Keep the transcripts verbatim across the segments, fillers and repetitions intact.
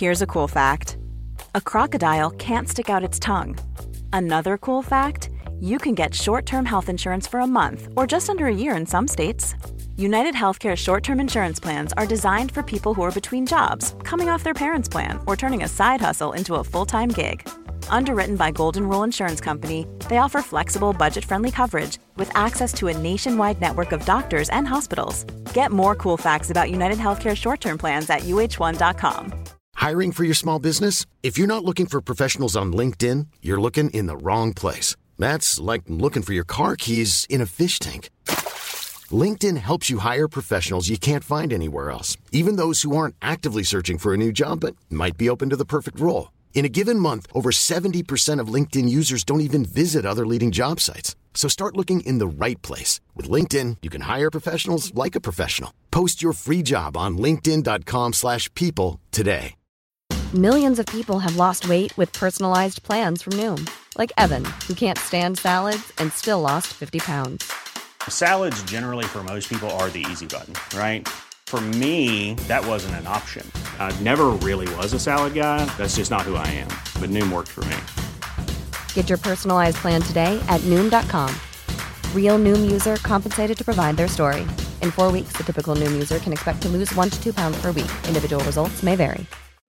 Here's a cool fact. A crocodile can't stick out its tongue. Another cool fact, you can get short-term health insurance for a month or just under a year in some states. United Healthcare short-term insurance plans are designed for people who are between jobs, coming off their parents' plan, or turning a side hustle into a full-time gig. Underwritten by Golden Rule Insurance Company, they offer flexible, budget-friendly coverage with access to a nationwide network of doctors and hospitals. Get more cool facts about United Healthcare short-term plans at U H one dot com. Hiring for your small business? If you're not looking for professionals on LinkedIn, you're looking in the wrong place. That's like looking for your car keys in a fish tank. LinkedIn helps you hire professionals you can't find anywhere else, even those who aren't actively searching for a new job but might be open to the perfect role. In a given month, over seventy percent of LinkedIn users don't even visit other leading job sites. So start looking in the right place. With LinkedIn, you can hire professionals like a professional. Post your free job on linkedin dot com slash people today. Millions of people have lost weight with personalized plans from Noom. Like Evan, who can't stand salads and still lost fifty pounds. Salads generally for most people are the easy button, right? For me, that wasn't an option. I never really was a salad guy. That's just not who I am. But Noom worked for me. Get your personalized plan today at Noom dot com. Real Noom user compensated to provide their story. In four weeks, the typical Noom user can expect to lose one to two pounds per week. Individual results may vary.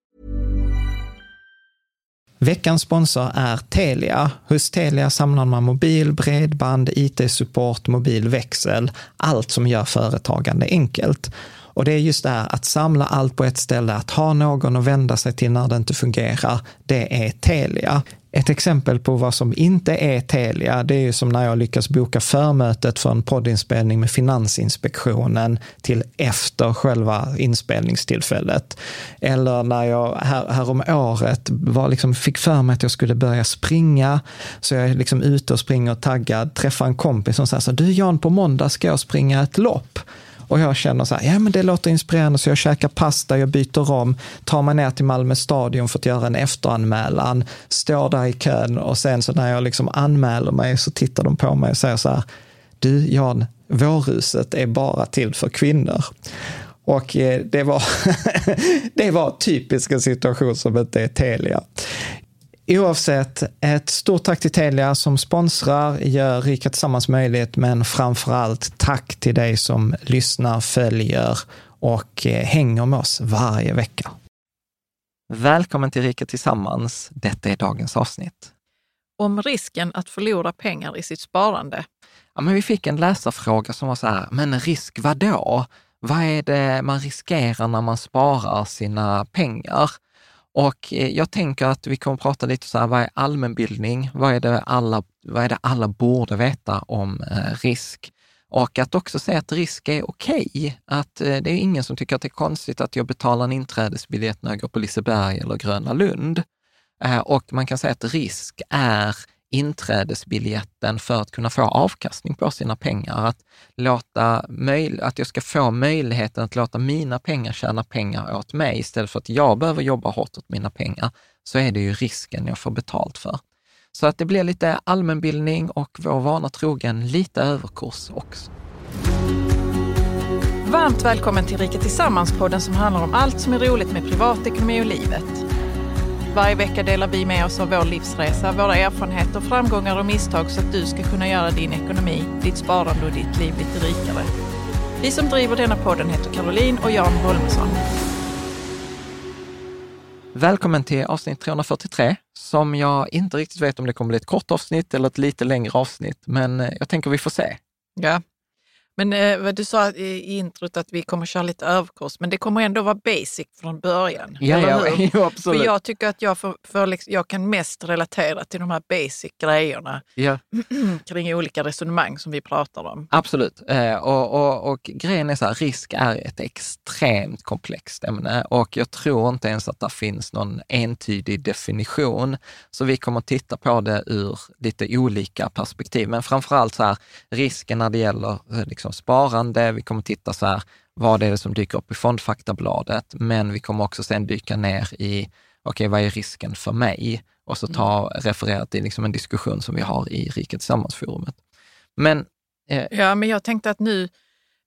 Veckans sponsor är Telia. Hos Telia samlar man mobil, bredband, I T-support, mobilväxel, allt som gör företagande enkelt. Och det är just det här att samla allt på ett ställe, att ha någon att vända sig till när det inte fungerar, det är Telia. Ett exempel på vad som inte är Telia, det är ju som när jag lyckas boka förmötet för en poddinspelning med Finansinspektionen till efter själva inspelningstillfället. Eller när jag här, här om året var liksom, fick för mig att jag skulle börja springa, så jag är liksom ute och springer och taggad, träffar en kompis som säger så här, du Jan, på måndag ska jag springa ett lopp. Och jag känner så här, ja men det låter inspirerande, så jag käkar pasta, jag byter om, tar mig ner till Malmö stadion för att göra en efteranmälan, står där i kön, och sen så när jag liksom anmäler mig så tittar de på mig och säger så här, du Jan, vårhuset är bara till för kvinnor. Och det var det var typisk en situation som inte är Telia. Oavsett, ett stort tack till Telia som sponsrar, gör Rika Tillsammans möjligt, men framförallt tack till dig som lyssnar, följer och hänger med oss varje vecka. Välkommen till Rika Tillsammans, detta är dagens avsnitt. Om risken att förlora pengar i sitt sparande. Ja, men vi fick en läsarfråga som var så här, men risk vad då? Vad är det man riskerar när man sparar sina pengar? Och jag tänker att vi kommer att prata lite så här, vad är allmänbildning? Vad är det alla, vad är det alla borde veta om eh, risk? Och att också säga att risk är okej. Att eh, det är ingen som tycker att det är konstigt att jag betalar en inträdesbiljett när jag går på Liseberg eller Gröna Lund. Eh, och man kan säga att risk är inträdesbiljetten för att kunna få avkastning på sina pengar. Att, låta möj- att jag ska få möjligheten att låta mina pengar tjäna pengar åt mig istället för att jag behöver jobba hårt åt mina pengar, så är det ju risken jag får betalt för. Så att det blir lite allmänbildning och vår vana trogen lite överkurs också. Varmt välkommen till Rika Tillsammans-podden som handlar om allt som är roligt med privatekonomi och livet. Varje vecka delar vi med oss av vår livsresa, våra erfarenheter, framgångar och misstag så att du ska kunna göra din ekonomi, ditt sparande och ditt liv lite rikare. Vi som driver denna podden heter Caroline och Jan Holmesson. Välkommen till avsnitt trehundrafyrtiotre, som jag inte riktigt vet om det kommer bli ett kort avsnitt eller ett lite längre avsnitt, men jag tänker vi får se. Ja. Men eh, du sa i, i introt att vi kommer köra lite överkurs, men det kommer ändå vara basic från början. Ja, ja, ja, absolut. För jag tycker att jag, för, för liksom, jag kan mest relatera till de här basic grejerna ja. kring olika resonemang som vi pratar om. Absolut. Eh, och, och, och grejen är så här, risk är ett extremt komplext ämne och jag tror inte ens att det finns någon entydig definition. Så vi kommer att titta på det ur lite olika perspektiv. Men framförallt så här, risken när det gäller liksom, sparande, vi kommer titta så här, vad är det som dyker upp i fondfaktabladet, men vi kommer också sen dyka ner i, okej, okay, vad är risken för mig? Och så ta, referera till liksom en diskussion som vi har i Rika Tillsammans-forumet. Men, eh, ja, men jag tänkte att nu,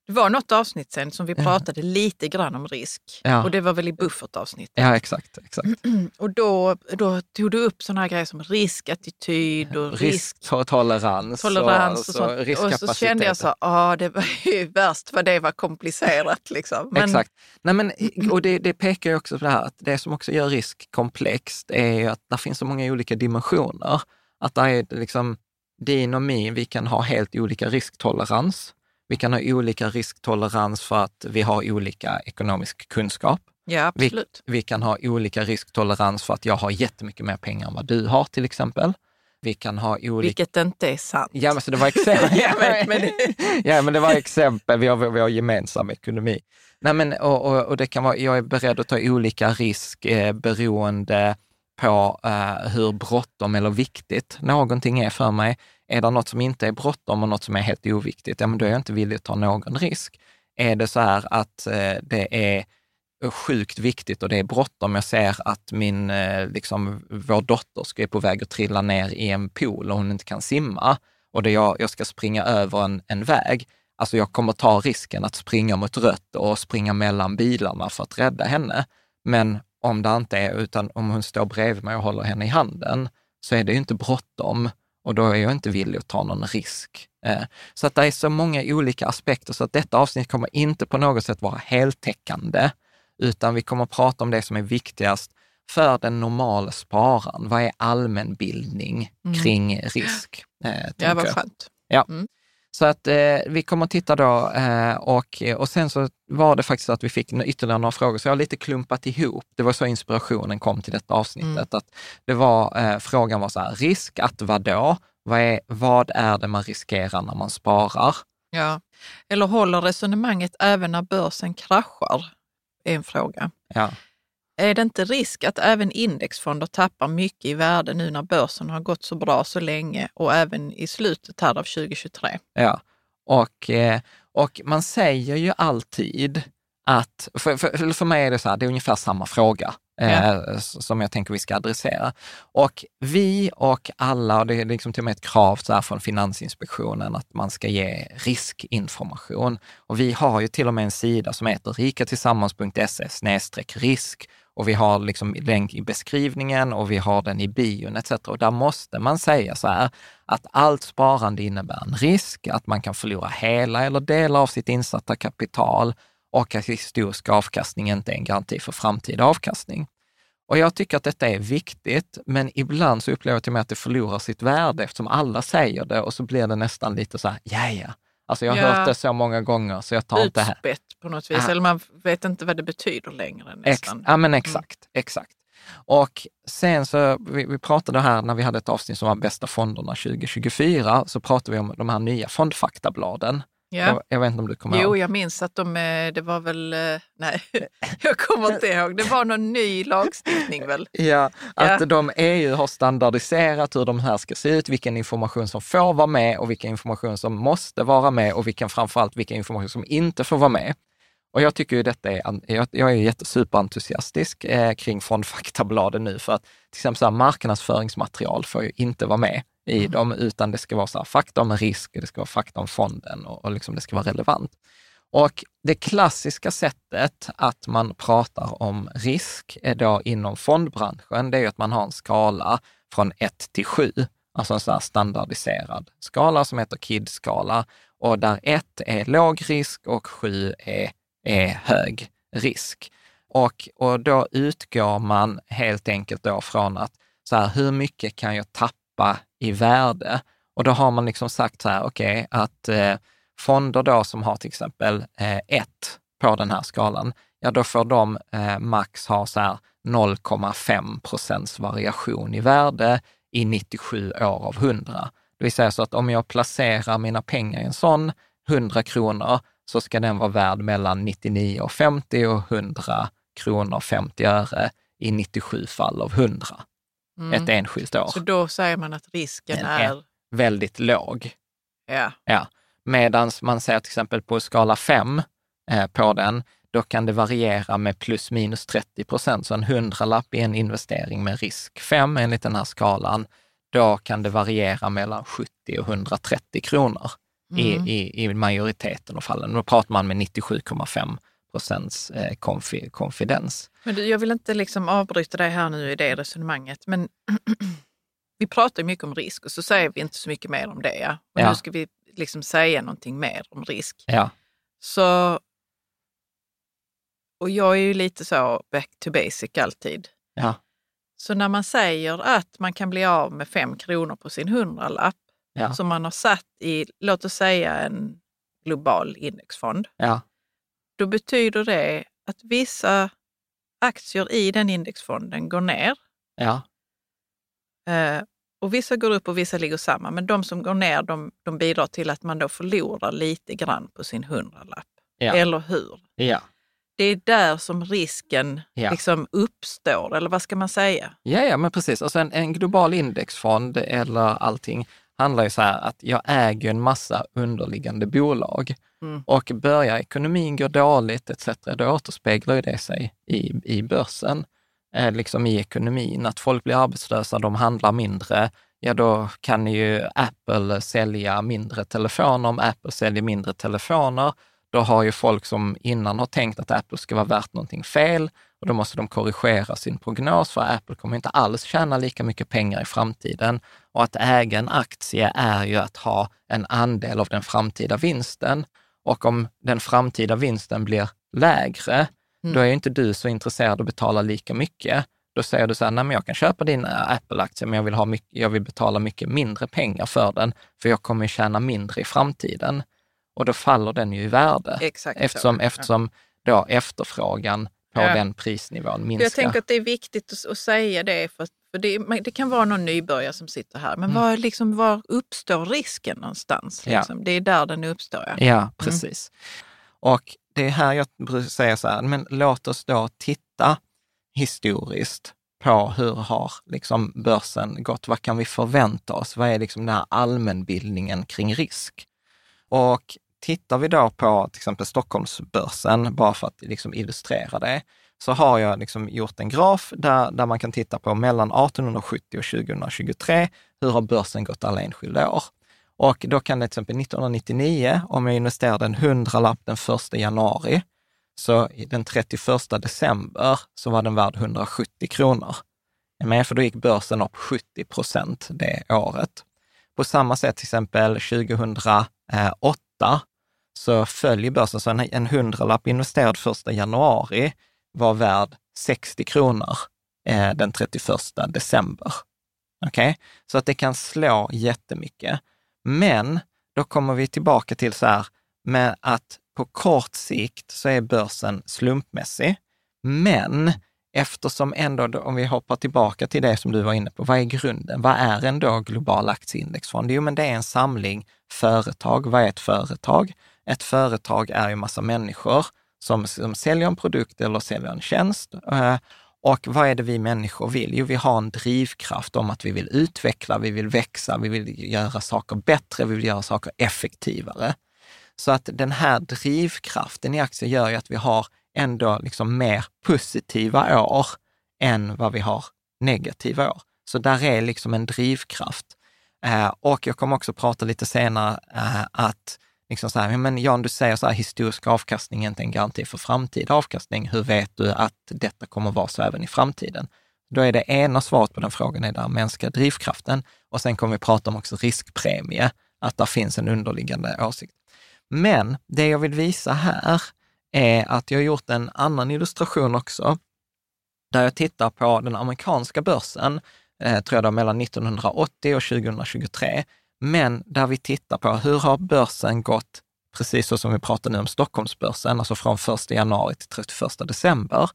Det var något avsnitt sen som vi pratade ja. lite grann om risk. Ja. Och det var väl i buffertavsnittet. Ja, exakt. exakt. Och då, då tog du upp sådana här grejer som riskattityd och risk... Risktolerans. Tolerans och, och, sånt. och, och så kände jag så, ja det var ju värst vad det var komplicerat liksom. Men... Exakt. Nej, men, och det, det pekar ju också på det här att det som också gör risk komplext är ju att det finns så många olika dimensioner. Att det är liksom din och min, vi kan ha helt olika risktolerans. Vi kan ha olika risktolerans för att vi har olika ekonomisk kunskap. Ja, absolut. Vi, vi kan ha olika risktolerans för att jag har jättemycket mer pengar än vad du har till exempel. Vi kan ha olika... Vilket inte är sant. Ja, men så det var exempel. ja, men, men... ja, men det var exempel. Vi har, vi har gemensam ekonomi. Nej, men, och, och, och det kan vara, jag är beredd att ta olika risk eh, beroende på eh, hur bråttom eller viktigt någonting är för mig. Är det något som inte är bråttom och något som är helt oviktigt, ja, men då är jag inte villig att ta någon risk. Är det så här att eh, det är sjukt viktigt och det är bråttom, jag ser att min, eh, liksom, vår dotter ska är på väg att trilla ner i en pool och hon inte kan simma och det jag, jag ska springa över en, en väg, alltså jag kommer ta risken att springa mot rött och springa mellan bilarna för att rädda henne. Men om det inte är, utan om hon står bredvid mig och håller henne i handen, så är det ju inte bråttom. Och då är jag inte villig att ta någon risk. Eh, så att det är så många olika aspekter så att detta avsnitt kommer inte på något sätt vara heltäckande, utan vi kommer att prata om det som är viktigast för den normala spararen. Vad är allmänbildning mm. kring risk? Eh, ja, vad skönt. Ja. Mm. Så att eh, vi kommer att titta då eh, och, och sen så var det faktiskt att vi fick ytterligare några frågor så jag har lite klumpat ihop. Det var så inspirationen kom till detta avsnittet. Mm. Att det var, eh, frågan var så här, risk att vadå? Vad är, vad är det man riskerar när man sparar? Ja, eller håller resonemanget även när börsen kraschar? Är en fråga. Ja. Är det inte risk att även indexfonder tappar mycket i värde nu när börsen har gått så bra så länge och även i slutet här av tjugo tjugotre? Ja, och, och man säger ju alltid att, för, för, för mig är det så här, det är ungefär samma fråga ja. eh, som jag tänker vi ska adressera. Och vi och alla, och det är liksom till och med ett krav så här från Finansinspektionen att man ska ge riskinformation. Och vi har ju till och med en sida som heter rikatillsammans punkt se snedstreck risk. Och vi har liksom länk i beskrivningen och vi har den i bion et cetera. Och där måste man säga så här att allt sparande innebär en risk, att man kan förlora hela eller delar av sitt insatta kapital och att historisk avkastning inte är en garanti för framtida avkastning. Och jag tycker att detta är viktigt, men ibland så upplever jag till och med att det förlorar sitt värde eftersom alla säger det och så blir det nästan lite så här, ja ja. Alltså jag har ja. hört det så många gånger så jag tar Utspätt inte här. Utspätt på något vis, ja. eller man vet inte vad det betyder längre nästan. Ex- ja men exakt, mm. exakt. Och sen så, vi, vi pratade här när vi hade ett avsnitt som var bästa fonderna tjugo tjugofyra, så pratade vi om de här nya fondfaktabladen. Ja. Jag, jag vet inte om du kommer ihåg. Jo, jag minns att de, det var väl, nej, jag kommer inte ihåg. Det var någon ny lagstiftning väl? Ja, att ja. de E U har standardiserat hur de här ska se ut, vilken information som får vara med och vilken information som måste vara med och vilken, framförallt vilken information som inte får vara med. Och jag tycker ju detta är, jag, jag är jättesuperentusiastisk eh, kring fondfaktabladen nu för att till exempel så här, marknadsföringsmaterial får ju inte vara med i mm. dem, utan det ska vara så här, fakta om risk, det ska vara fakta om fonden och, och liksom det ska vara relevant. Och det klassiska sättet att man pratar om risk är då inom fondbranschen, det är ju att man har en skala från ett till sju, alltså en så här standardiserad skala som heter K I D-skala och där ett är låg risk och sju är, är hög risk. Och, och då utgår man helt enkelt då från att så här, hur mycket kan jag tappa i värde? Och då har man liksom sagt så här, okej, okay, att eh, fonder då som har till exempel eh, ett på den här skalan, ja då får de eh, max ha så här noll komma fem procents variation i värde i nittiosju år av hundra. Det vill säga så att om jag placerar mina pengar i en sån hundra kronor så ska den vara värd mellan nittionio och femtio och hundra kronor femtio öre i nittiosju fall av hundra. Mm. Ett enskilt år. Så då säger man att risken är... är väldigt låg. Ja. Ja. Medan man säger till exempel på skala fem eh, på den, då kan det variera med plus minus trettio procent. Så en hundralapp i en investering med risk fem enligt den här skalan, då kan det variera mellan sjuttio och hundratrettio kronor mm. i, i, i majoriteten av fallen. Då pratar man med nittiosju komma fem procents eh, konfi, konfidens. Men du, jag vill inte liksom avbryta dig här nu i det resonemanget, men vi pratar mycket om risk och så säger vi inte så mycket mer om det. Ja? Och ja. nu ska vi liksom säga någonting mer om risk. Ja. Så, och jag är ju lite så back to basic alltid. Ja. Så när man säger att man kan bli av med fem kronor på sin hundralapp ja. som man har satt i, låt oss säga en global indexfond. Ja. Då betyder det att vissa aktier i den indexfonden går ner. Ja. Eh, och vissa går upp och vissa ligger samma. Men de som går ner, de, de bidrar till att man då förlorar lite grann på sin hundralapp. Ja. Eller hur? Ja. Det är där som risken ja. liksom uppstår, eller vad ska man säga? Ja, ja men precis. Alltså en, en global indexfond eller allting handlar ju så här att jag äger en massa underliggande bolag. Mm. Och börjar ekonomin gå dåligt et cetera, då återspeglar ju det sig i, i börsen, eh, liksom i ekonomin. Att folk blir arbetslösa, de handlar mindre. Ja, då kan ju Apple sälja mindre telefoner. Om Apple säljer mindre telefoner, då har ju folk som innan har tänkt att Apple ska vara värt någonting fel och då måste de korrigera sin prognos för Apple kommer inte alls tjäna lika mycket pengar i framtiden. Och att äga en aktie är ju att ha en andel av den framtida vinsten. Och om den framtida vinsten blir lägre, mm. då är ju inte du så intresserad att betala lika mycket. Då säger du så här, nej men jag kan köpa din Apple-aktie men jag vill, ha mycket, jag vill betala mycket mindre pengar för den för jag kommer tjäna mindre i framtiden. Och då faller den ju i värde. Exakt eftersom, så. eftersom då efterfrågan på ja. den prisnivån minskar. Jag tänker att det är viktigt att, att säga det, för, för det, det kan vara någon nybörjare som sitter här. Men mm. var, liksom, var uppstår risken någonstans? Liksom? Ja. Det är där den uppstår. Ja, ja precis. Mm. Och det är här jag brukar säga så här, men låt oss då titta historiskt på hur har liksom börsen gått. Vad kan vi förvänta oss? Vad är liksom den här allmänbildningen kring risk? Och tittar vi då på till exempel Stockholmsbörsen, bara för att liksom illustrera det, så har jag liksom gjort en graf där, där man kan titta på mellan arton sjuttio och tjugohundratjugotre, hur har börsen gått alla enskilda år. Och då kan det till exempel nittonhundranittionio, om jag investerade en hundralapp den första januari, så den trettioförsta december så var den värd hundrasjuttio kronor. Men för då gick börsen upp sjuttio procent det året. På samma sätt till exempel tjugohundraåtta så följer börsen, så en, en hundralapp investerad första januari var värd sextio kronor eh, den trettioförsta december. Okej? Okay? Så att det kan slå jättemycket. Men då kommer vi tillbaka till så här med att på kort sikt så är börsen slumpmässig. Men eftersom ändå, om vi hoppar tillbaka till det som du var inne på, vad är grunden? Vad är ändå global aktieindexfond? Jo, men det är en samling företag. Vad är ett företag? Ett företag är ju en massa människor som, som säljer en produkt eller säljer en tjänst. Och vad är det vi människor vill? Jo, vi har en drivkraft om att vi vill utveckla, vi vill växa, vi vill göra saker bättre, vi vill göra saker effektivare. Så att den här drivkraften i aktier gör ju att vi har ändå liksom mer positiva år än vad vi har negativa år. Så där är liksom en drivkraft. Eh, och jag kommer också prata lite senare eh, att liksom så här, men Jan, du säger så här, historisk avkastning är inte en garanti för framtida avkastning. Hur vet du att detta kommer vara så även i framtiden? Då är det ena svaret på den frågan är den mänskliga drivkraften. Och sen kommer vi prata om också riskpremie, att där finns en underliggande åsikt. Men det jag vill visa här är att jag har gjort en annan illustration också, där jag tittar på den amerikanska börsen, eh, tror jag då mellan nittonhundraåttio och tjugohundratjugotre, men där vi tittar på hur har börsen gått, precis så som vi pratar nu om Stockholmsbörsen, alltså från första januari till trettioförsta december.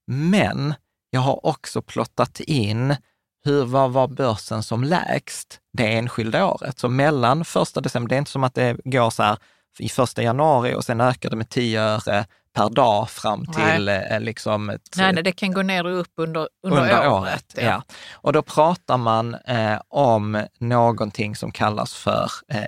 Men jag har också plottat in hur vad var börsen som lägst det enskilda året. Så mellan första december, det är inte som att det går så här i första januari och sen ökar det med tio öre per dag fram till eh, liksom... Ett, nej, nej, det kan gå ner och upp under, under, under året. året ja. Ja. Och då pratar man eh, om någonting som kallas för eh,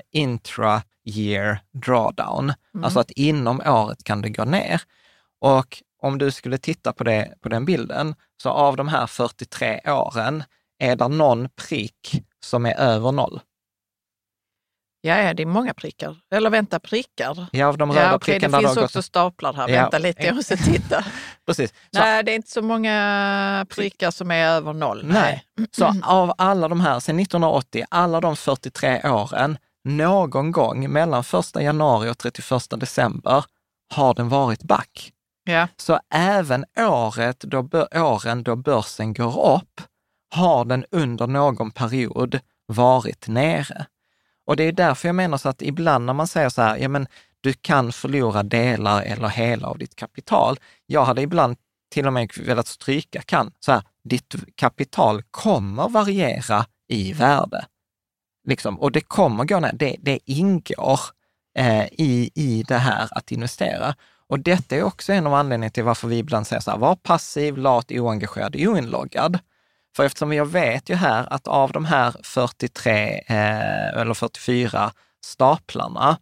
intra-year drawdown. Mm. Alltså att inom året kan det gå ner. Och om du skulle titta på, det, på den bilden, så av de här fyrtiotre åren är det någon prick som är över noll. Ja, ja, det är många prickar. Eller vänta, prickar. Ja, av de röda ja, okay, prickarna. Det finns har också gått... staplar här. Ja. Vänta lite, jag måste titta. Precis. Så... Nej, det är inte så många prickar som är över noll. Nej. Nej. Så av alla de här, sedan nittonhundraåttio, alla de fyrtiotre åren, någon gång mellan första januari och trettioförsta december har den varit back. Ja. Så även året då, åren då börsen går upp har den under någon period varit nere. Och det är därför jag menar så att ibland när man säger så här, ja men du kan förlora delar eller hela av ditt kapital. Jag hade ibland till och med velat stryka kan, så här, ditt kapital kommer variera i värde. Liksom, och det kommer gå ner, det, det ingår eh, i, i det här att investera. Och detta är också en av anledningarna till varför vi ibland säger så här, var passiv, lat, oengagerad, oinloggad. För eftersom jag vet ju här att av de här fyrtiotre eh, eller fyrtiofyra staplarna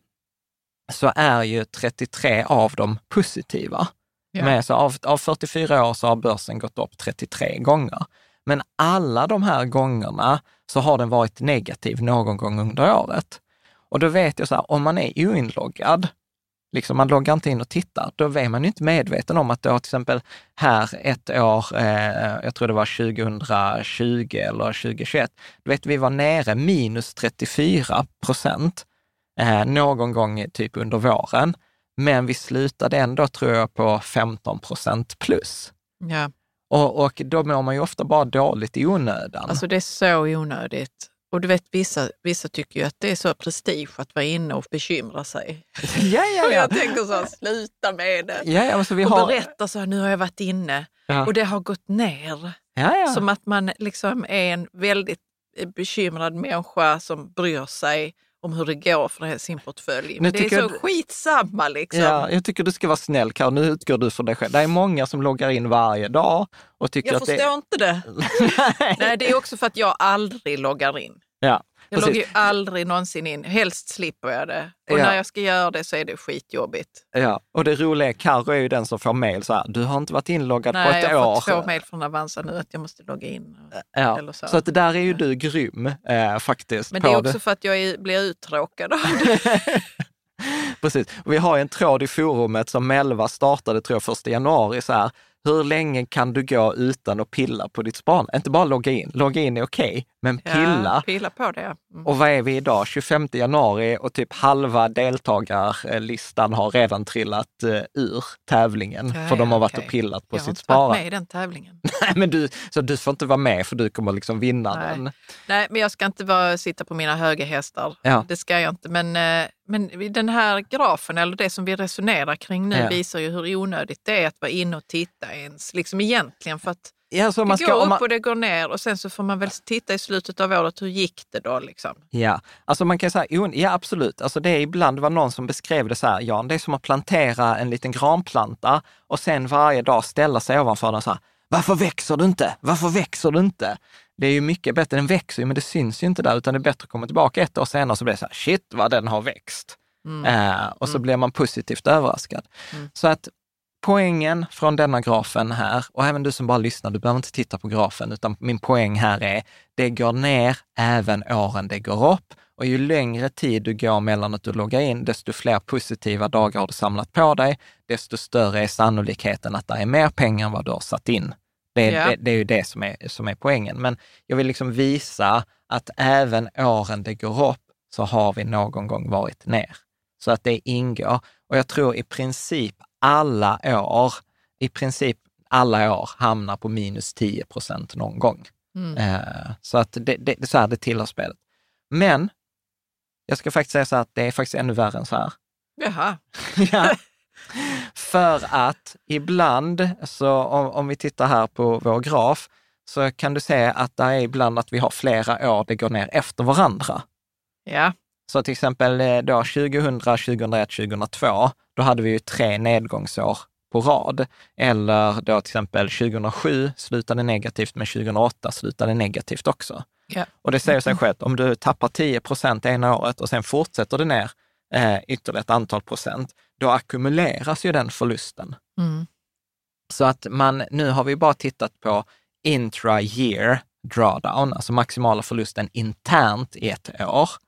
så är ju trettiotre av dem positiva. Ja. Men så av, av fyrtiofyra år så har börsen gått upp trettiotre gånger. Men alla de här gångerna så har den varit negativ någon gång under året. Och då vet jag så här, om man är oinloggad, liksom man loggar inte in och tittar, då är man ju inte medveten om att det har till exempel här ett år, eh, jag tror det var tjugohundratjugo eller tjugohundratjugoett, då vet vi var nere minus trettiofyra procent eh, någon gång typ under våren. Men vi slutade ändå tror jag på femton procent plus. Ja. Och, och då mår man ju ofta bara dåligt i onödan. Alltså det är så onödigt. Och du vet, vissa, vissa tycker ju att det är så prestige att vara inne och bekymra sig. Ja, ja, ja. Jag tänker så här, sluta med det. Ja, ja, alltså vi och har... berätta så här, nu har jag varit inne ja. och det har gått ner. Ja, ja. Som att man liksom är en väldigt bekymrad människa som bryr sig om hur det går för sin portfölj. Men det är så jag... skitsamma liksom. Ja, jag tycker du ska vara snäll, Karin. Nu utgår du för dig själv. Det är många som loggar in varje dag och tycker jag att det... Jag förstår inte det. Nej. Nej, det är också för att jag aldrig loggar in. Ja, jag loggar ju aldrig någonsin in. Helst slipper jag det. Och ja. när jag ska göra det så är det skitjobbigt. Ja, och det roliga är, Karo är ju den som får mejl så här, du har inte varit inloggad Nej, på ett år. Nej, jag har fått två mejl från Avanza nu att jag måste logga in. Ja, eller så. så att det där är ju du grym eh, faktiskt. Men det är också det. För att jag är, blir uttråkad av det. Precis. Och vi har ju en tråd i forumet som Melva startade tror jag första januari så här. Hur länge kan du gå utan att pilla på ditt sparande? Inte bara logga in. Logga in är okej, men pilla. Ja, pilla på det. Mm. Och vad är vi idag? tjugofemte januari och typ halva deltagarlistan har redan trillat uh, ur tävlingen. Ja, för de har varit okay. och pillat på jag sitt sparande. Jag har inte varit med i den tävlingen. Nej, men du, så du får inte vara med för du kommer liksom vinna Nej. den. Nej, men jag ska inte bara sitta på mina höga hästar. Ja. Det ska jag inte. Men, men den här grafen, eller det som vi resonerar kring nu, ja. visar ju hur onödigt det är att vara inne och titta ens. Liksom egentligen, för att ja, så det man ska, går upp man... och det går ner och sen så får man väl titta i slutet av året, hur gick det då liksom? Ja, alltså man kan säga, ja absolut, alltså det är ibland, det var någon som beskrev det så här, Jan, det är som att plantera en liten granplanta och sen varje dag ställa sig ovanför den så här, varför växer du inte? Varför växer du inte? Det är ju mycket bättre, den växer ju men det syns ju inte där, utan det är bättre att komma tillbaka ett år senare så blir det så här, shit vad den har växt. Mm. Eh, och så mm. blir man positivt överraskad. Mm. Så att poängen från denna grafen här, och även du som bara lyssnar, du behöver inte titta på grafen, utan min poäng här är, det går ner även åren det går upp. Och ju längre tid du går mellan att du loggar in, desto fler positiva dagar har du samlat på dig, desto större är sannolikheten att det är mer pengar än vad du har satt in. Det är, yeah. det, det är ju det som är, som är poängen. Men jag vill liksom visa att även åren det går upp så har vi någon gång varit ner. Så att det ingår. Och jag tror i princip alla år, i princip alla år hamnar på minus tio procent någon gång. Mm. Eh, så att det, det, så här det tillhör spelet. Men jag ska faktiskt säga så här att det är faktiskt ännu värre än så här. Jaha. Ja. För att ibland, så om, om vi tittar här på vår graf, så kan du se att det är ibland att vi har flera år det går ner efter varandra. Ja. Så till exempel då tjugohundra, tjugohundraett, tjugohundratvå, då hade vi ju tre nedgångsår på rad. Eller då till exempel tjugohundrasju slutade negativt, men tjugohundraåtta slutade negativt också. Ja. Och det säger sig självt, om du tappar tio procent ena året och sen fortsätter det ner eh, ytterligare ett antal procent, då ackumuleras ju den förlusten. Mm. Så att man, nu har vi bara tittat på intra-year drawdown, alltså maximala förlusten internt i ett år.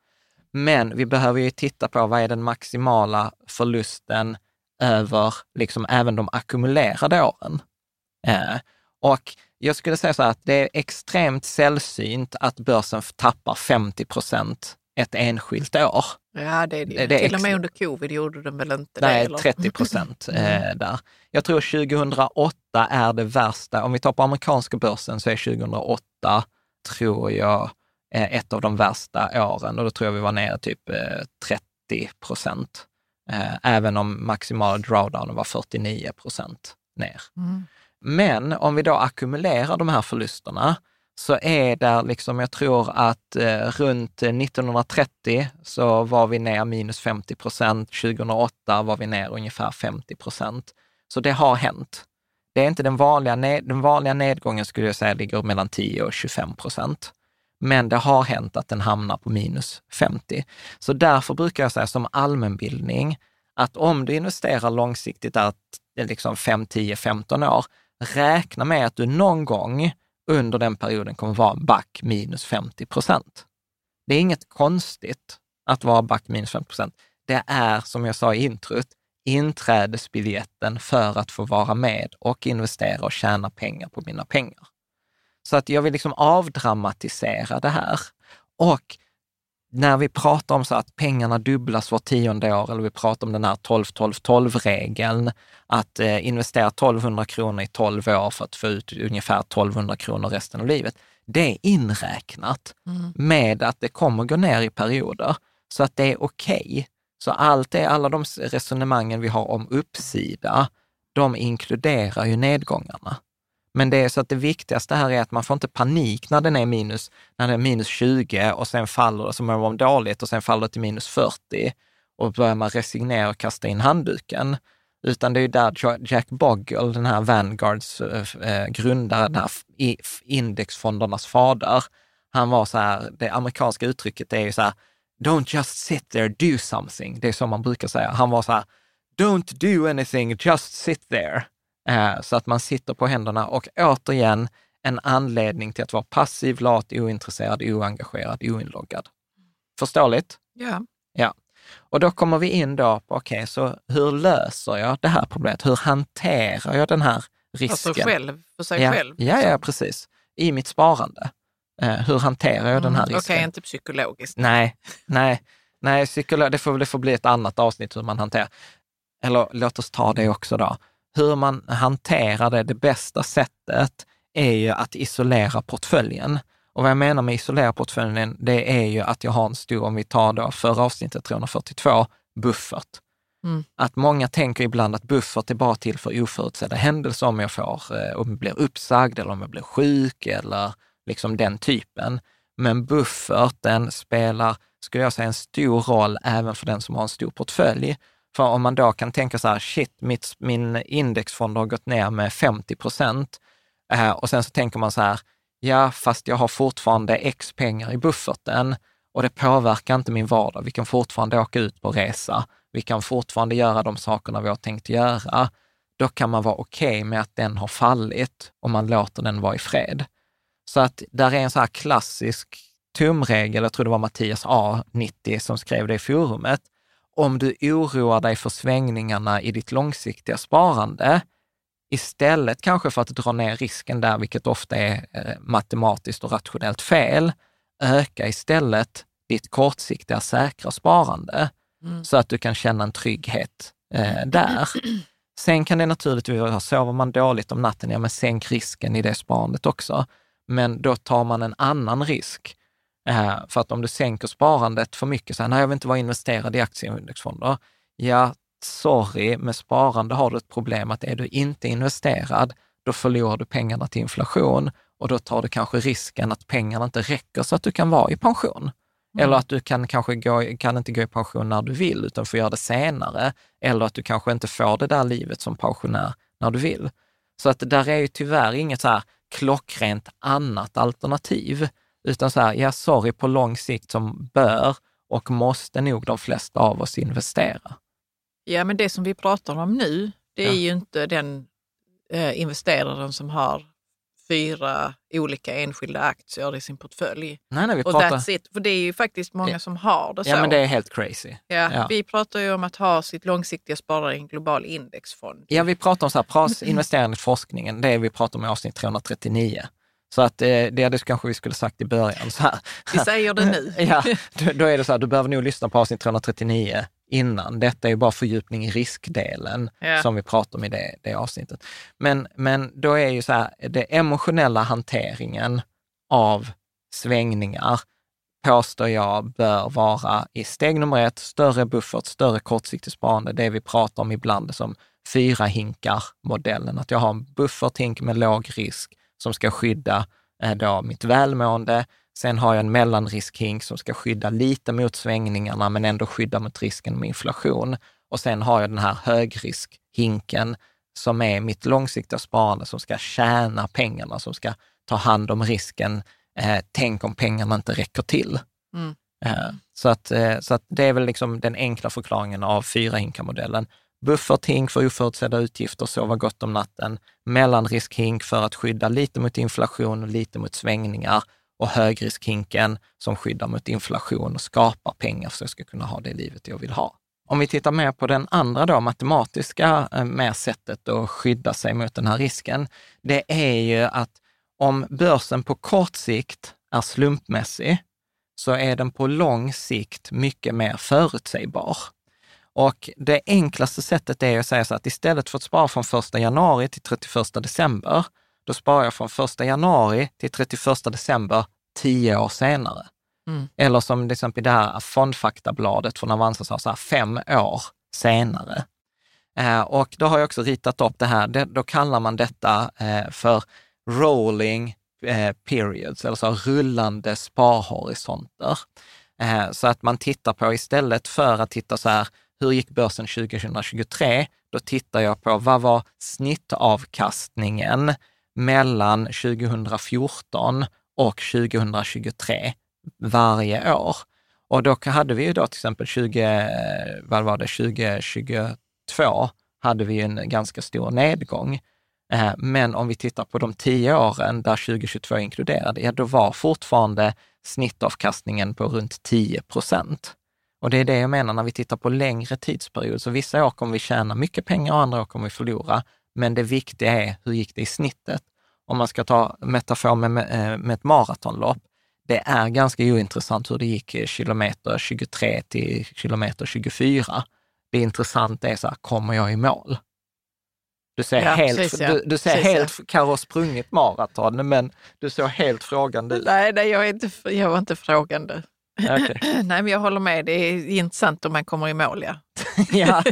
Men vi behöver ju titta på vad är den maximala förlusten över liksom även de ackumulerade åren. Eh, och jag skulle säga så här att det är extremt sällsynt att börsen tappar femtio procent ett enskilt år. Ja, det är det. det är Till och med ex- under covid gjorde den väl inte det? det? Nej, eller? trettio procent eh, där. Jag tror tjugohundraåtta är det värsta. Om vi tar på amerikanska börsen så är tjugohundraåtta, tror jag, eh, ett av de värsta åren. Och då tror jag vi var nere typ eh, trettio procent. Eh, även om maximala drawdownen var fyrtionio procent ner. Mm. Men om vi då ackumulerar de här förlusterna så är det liksom, jag tror att eh, runt nittonhundratrettio så var vi ner minus femtio procent, tjugohundraåtta var vi ner ungefär femtio procent. Så det har hänt. Det är inte den vanliga, ned, den vanliga nedgången skulle jag säga ligger mellan tio och tjugofem procent. Men det har hänt att den hamnar på minus femtio. Så därför brukar jag säga som allmänbildning att om du investerar långsiktigt att liksom fem, tio, femton år, räkna med att du någon gång under den perioden kommer vara back minus femtio procent. Det är inget konstigt att vara back minus femtio procent. Det är, som jag sa i introt, inträdesbiljetten för att få vara med och investera och tjäna pengar på mina pengar. Så att jag vill liksom avdramatisera det här. Och när vi pratar om så att pengarna dubblas var tionde år, eller vi pratar om den här tolv tolv tolv-regeln, att eh, investera tolvhundra kronor i tolv år för att få ut ungefär tolvhundra kronor resten av livet. Det är inräknat mm. med att det kommer gå ner i perioder, så att det är okej. Okay. Så allt det, alla de resonemangen vi har om uppsida, de inkluderar ju nedgångarna. Men det är så att det viktigaste här är att man får inte panik när den är minus, när den är minus tjugo och sen faller det, som man var dåligt, och sen faller det till minus fyrtio och börjar man resignera och kasta in handduken. Utan det är ju där Jack Bogle, den här Vanguards eh, grundare, den här indexfondernas fader, han var så här, det amerikanska uttrycket är ju så här, don't just sit there, do something. Det är som man brukar säga. Han var så här, don't do anything, just sit there. Så att man sitter på händerna, och återigen en anledning till att vara passiv, lat, ointresserad, oengagerad, oinloggad. Förståeligt? Ja. Ja. Och då kommer vi in då på, okej, okay, så hur löser jag det här problemet? Hur hanterar jag den här risken? Alltså själv, för sig ja. själv? Ja, ja, precis. I mitt sparande. Eh, hur hanterar jag mm, den här risken? Okej, okay, inte psykologiskt. Nej, nej, nej, psykolog, det får, det får bli ett annat avsnitt hur man hanterar. Eller låt oss ta det också då. Hur man hanterar det, det bästa sättet är ju att isolera portföljen. Och vad jag menar med isolera portföljen, det är ju att jag har en stor, om vi tar då förra avsnittet trehundrafyrtiotvå, buffert. Mm. Att många tänker ibland att buffert är bara till för oförutsedda händelser, om jag får, om jag blir uppsagd eller om jag blir sjuk eller liksom den typen. Men bufferten spelar, skulle jag säga, en stor roll även för den som har en stor portfölj. För om man då kan tänka så här, shit, mitt, min indexfond har gått ner med femtio procent eh, och sen så tänker man så här, ja, fast jag har fortfarande x pengar i bufferten och det påverkar inte min vardag. Vi kan fortfarande åka ut på resa. Vi kan fortfarande göra de sakerna vi har tänkt göra. Då kan man vara okej okay med att den har fallit och man låter den vara i fred. Så att där är en så här klassisk tumregel, jag tror det var Mattias A nittio som skrev det i forumet. Om du oroar dig för svängningarna i ditt långsiktiga sparande, istället kanske för att dra ner risken där, vilket ofta är eh, matematiskt och rationellt fel, öka istället ditt kortsiktiga säkra sparande mm. så att du kan känna en trygghet eh, där. Sen kan det naturligtvis vara, sover man dåligt om natten, ja men sänk risken i det sparandet också. Men då tar man en annan risk. Uh, för att om du sänker sparandet för mycket, så här, nej, jag vill inte vara investerad i aktieindexfonder. Ja, sorry, med sparande har du ett problem att är du inte investerad, då förlorar du pengarna till inflation och då tar du kanske risken att pengarna inte räcker så att du kan vara i pension. Mm. Eller att du kan kanske gå, kan inte gå i pension när du vill utan får göra det senare. Eller att du kanske inte får det där livet som pensionär när du vill. Så att det där är ju tyvärr inget så här klockrent annat alternativ. Utan så här, ja sorry, på lång sikt som bör och måste nog de flesta av oss investera. Ja, men det som vi pratar om nu, det är ja. ju inte den eh, investeraren som har fyra olika enskilda aktier i sin portfölj. Nej, nej, vi och pratar... that's it. För det är ju faktiskt många som har det så. Ja, men det är helt crazy. Ja, ja. Vi pratar ju om att ha sitt långsiktiga sparande i en global indexfond. Ja, vi pratar om så här, pras, investerande i forskningen, det är vi pratar om i avsnitt trehundratrettionio. Så att eh, det hade kanske vi skulle sagt i början. Så här. Vi säger det nu. Ja, då, då är det så här, du behöver nog lyssna på avsnitt trehundratrettionio innan. Detta är ju bara fördjupning i riskdelen ja. som vi pratar om i det, det avsnittet. Men, men då är ju så här, det emotionella hanteringen av svängningar påstår jag bör vara i steg nummer ett, större buffert, större kortsiktigt sparande. Det vi pratar om ibland som fyra hinkar-modellen. Att jag har en bufferthink med låg risk som ska skydda eh, då mitt välmående. Sen har jag en mellanriskhink som ska skydda lite mot svängningarna men ändå skydda mot risken med inflation. Och sen har jag den här högriskhinken som är mitt långsiktiga sparande som ska tjäna pengarna, som ska ta hand om risken. Eh, tänk om pengarna inte räcker till. Mm. Eh, så, att, eh, så att det är väl liksom den enkla förklaringen av fyra hinkar-modellen. Bufferthink för oförutsedda utgifter, sova gott om natten. Mellanriskhink för att skydda lite mot inflation och lite mot svängningar. Och högriskhinken som skyddar mot inflation och skapar pengar så jag ska kunna ha det livet jag vill ha. Om vi tittar mer på den andra då, matematiska med sättet att skydda sig mot den här risken, det är ju att om börsen på kort sikt är slumpmässig så är den på lång sikt mycket mer förutsägbar. Och det enklaste sättet är att säga så att istället för att spara från första januari till trettioförsta december, då sparar jag från första januari till trettioförsta december tio år senare. Mm. Eller som till exempel det här fondfaktabladet från Avanza sa, så här, fem år senare. Eh, och då har jag också ritat upp det här, det, då kallar man detta eh, för rolling eh, periods, eller så rullande sparhorisonter. Eh, så att man tittar på istället för att titta så här, hur gick börsen tjugohundratjugotre? Då tittar jag på vad var snittavkastningen mellan tjugohundrafjorton och tjugohundratjugotre varje år. Och då hade vi ju då till exempel tjugo, vad var det, tjugohundratjugotvå hade vi en ganska stor nedgång. Men om vi tittar på de tio åren där tjugohundratjugotvå är inkluderade, ja, då var fortfarande snittavkastningen på runt tio procent. Och det är det jag menar när vi tittar på längre tidsperiod. Så vissa år kommer vi tjäna mycket pengar och andra år kommer vi förlora. Men det viktiga är hur gick det i snittet. Om man ska ta metafor med, med ett maratonlopp, det är ganska ointressant hur det gick kilometer tjugotre till kilometer tjugofyra. Det intressanta är så här, kommer jag i mål? Du ser ja, helt, precis, ja. du, du ser precis, helt ja. Karo sprungit maraton, men du såg helt frågande ut. Nej, nej jag, är inte, jag var inte frågande. Okay. Nej, men jag håller med. Det är intressant om man kommer i mål, ja. Ja,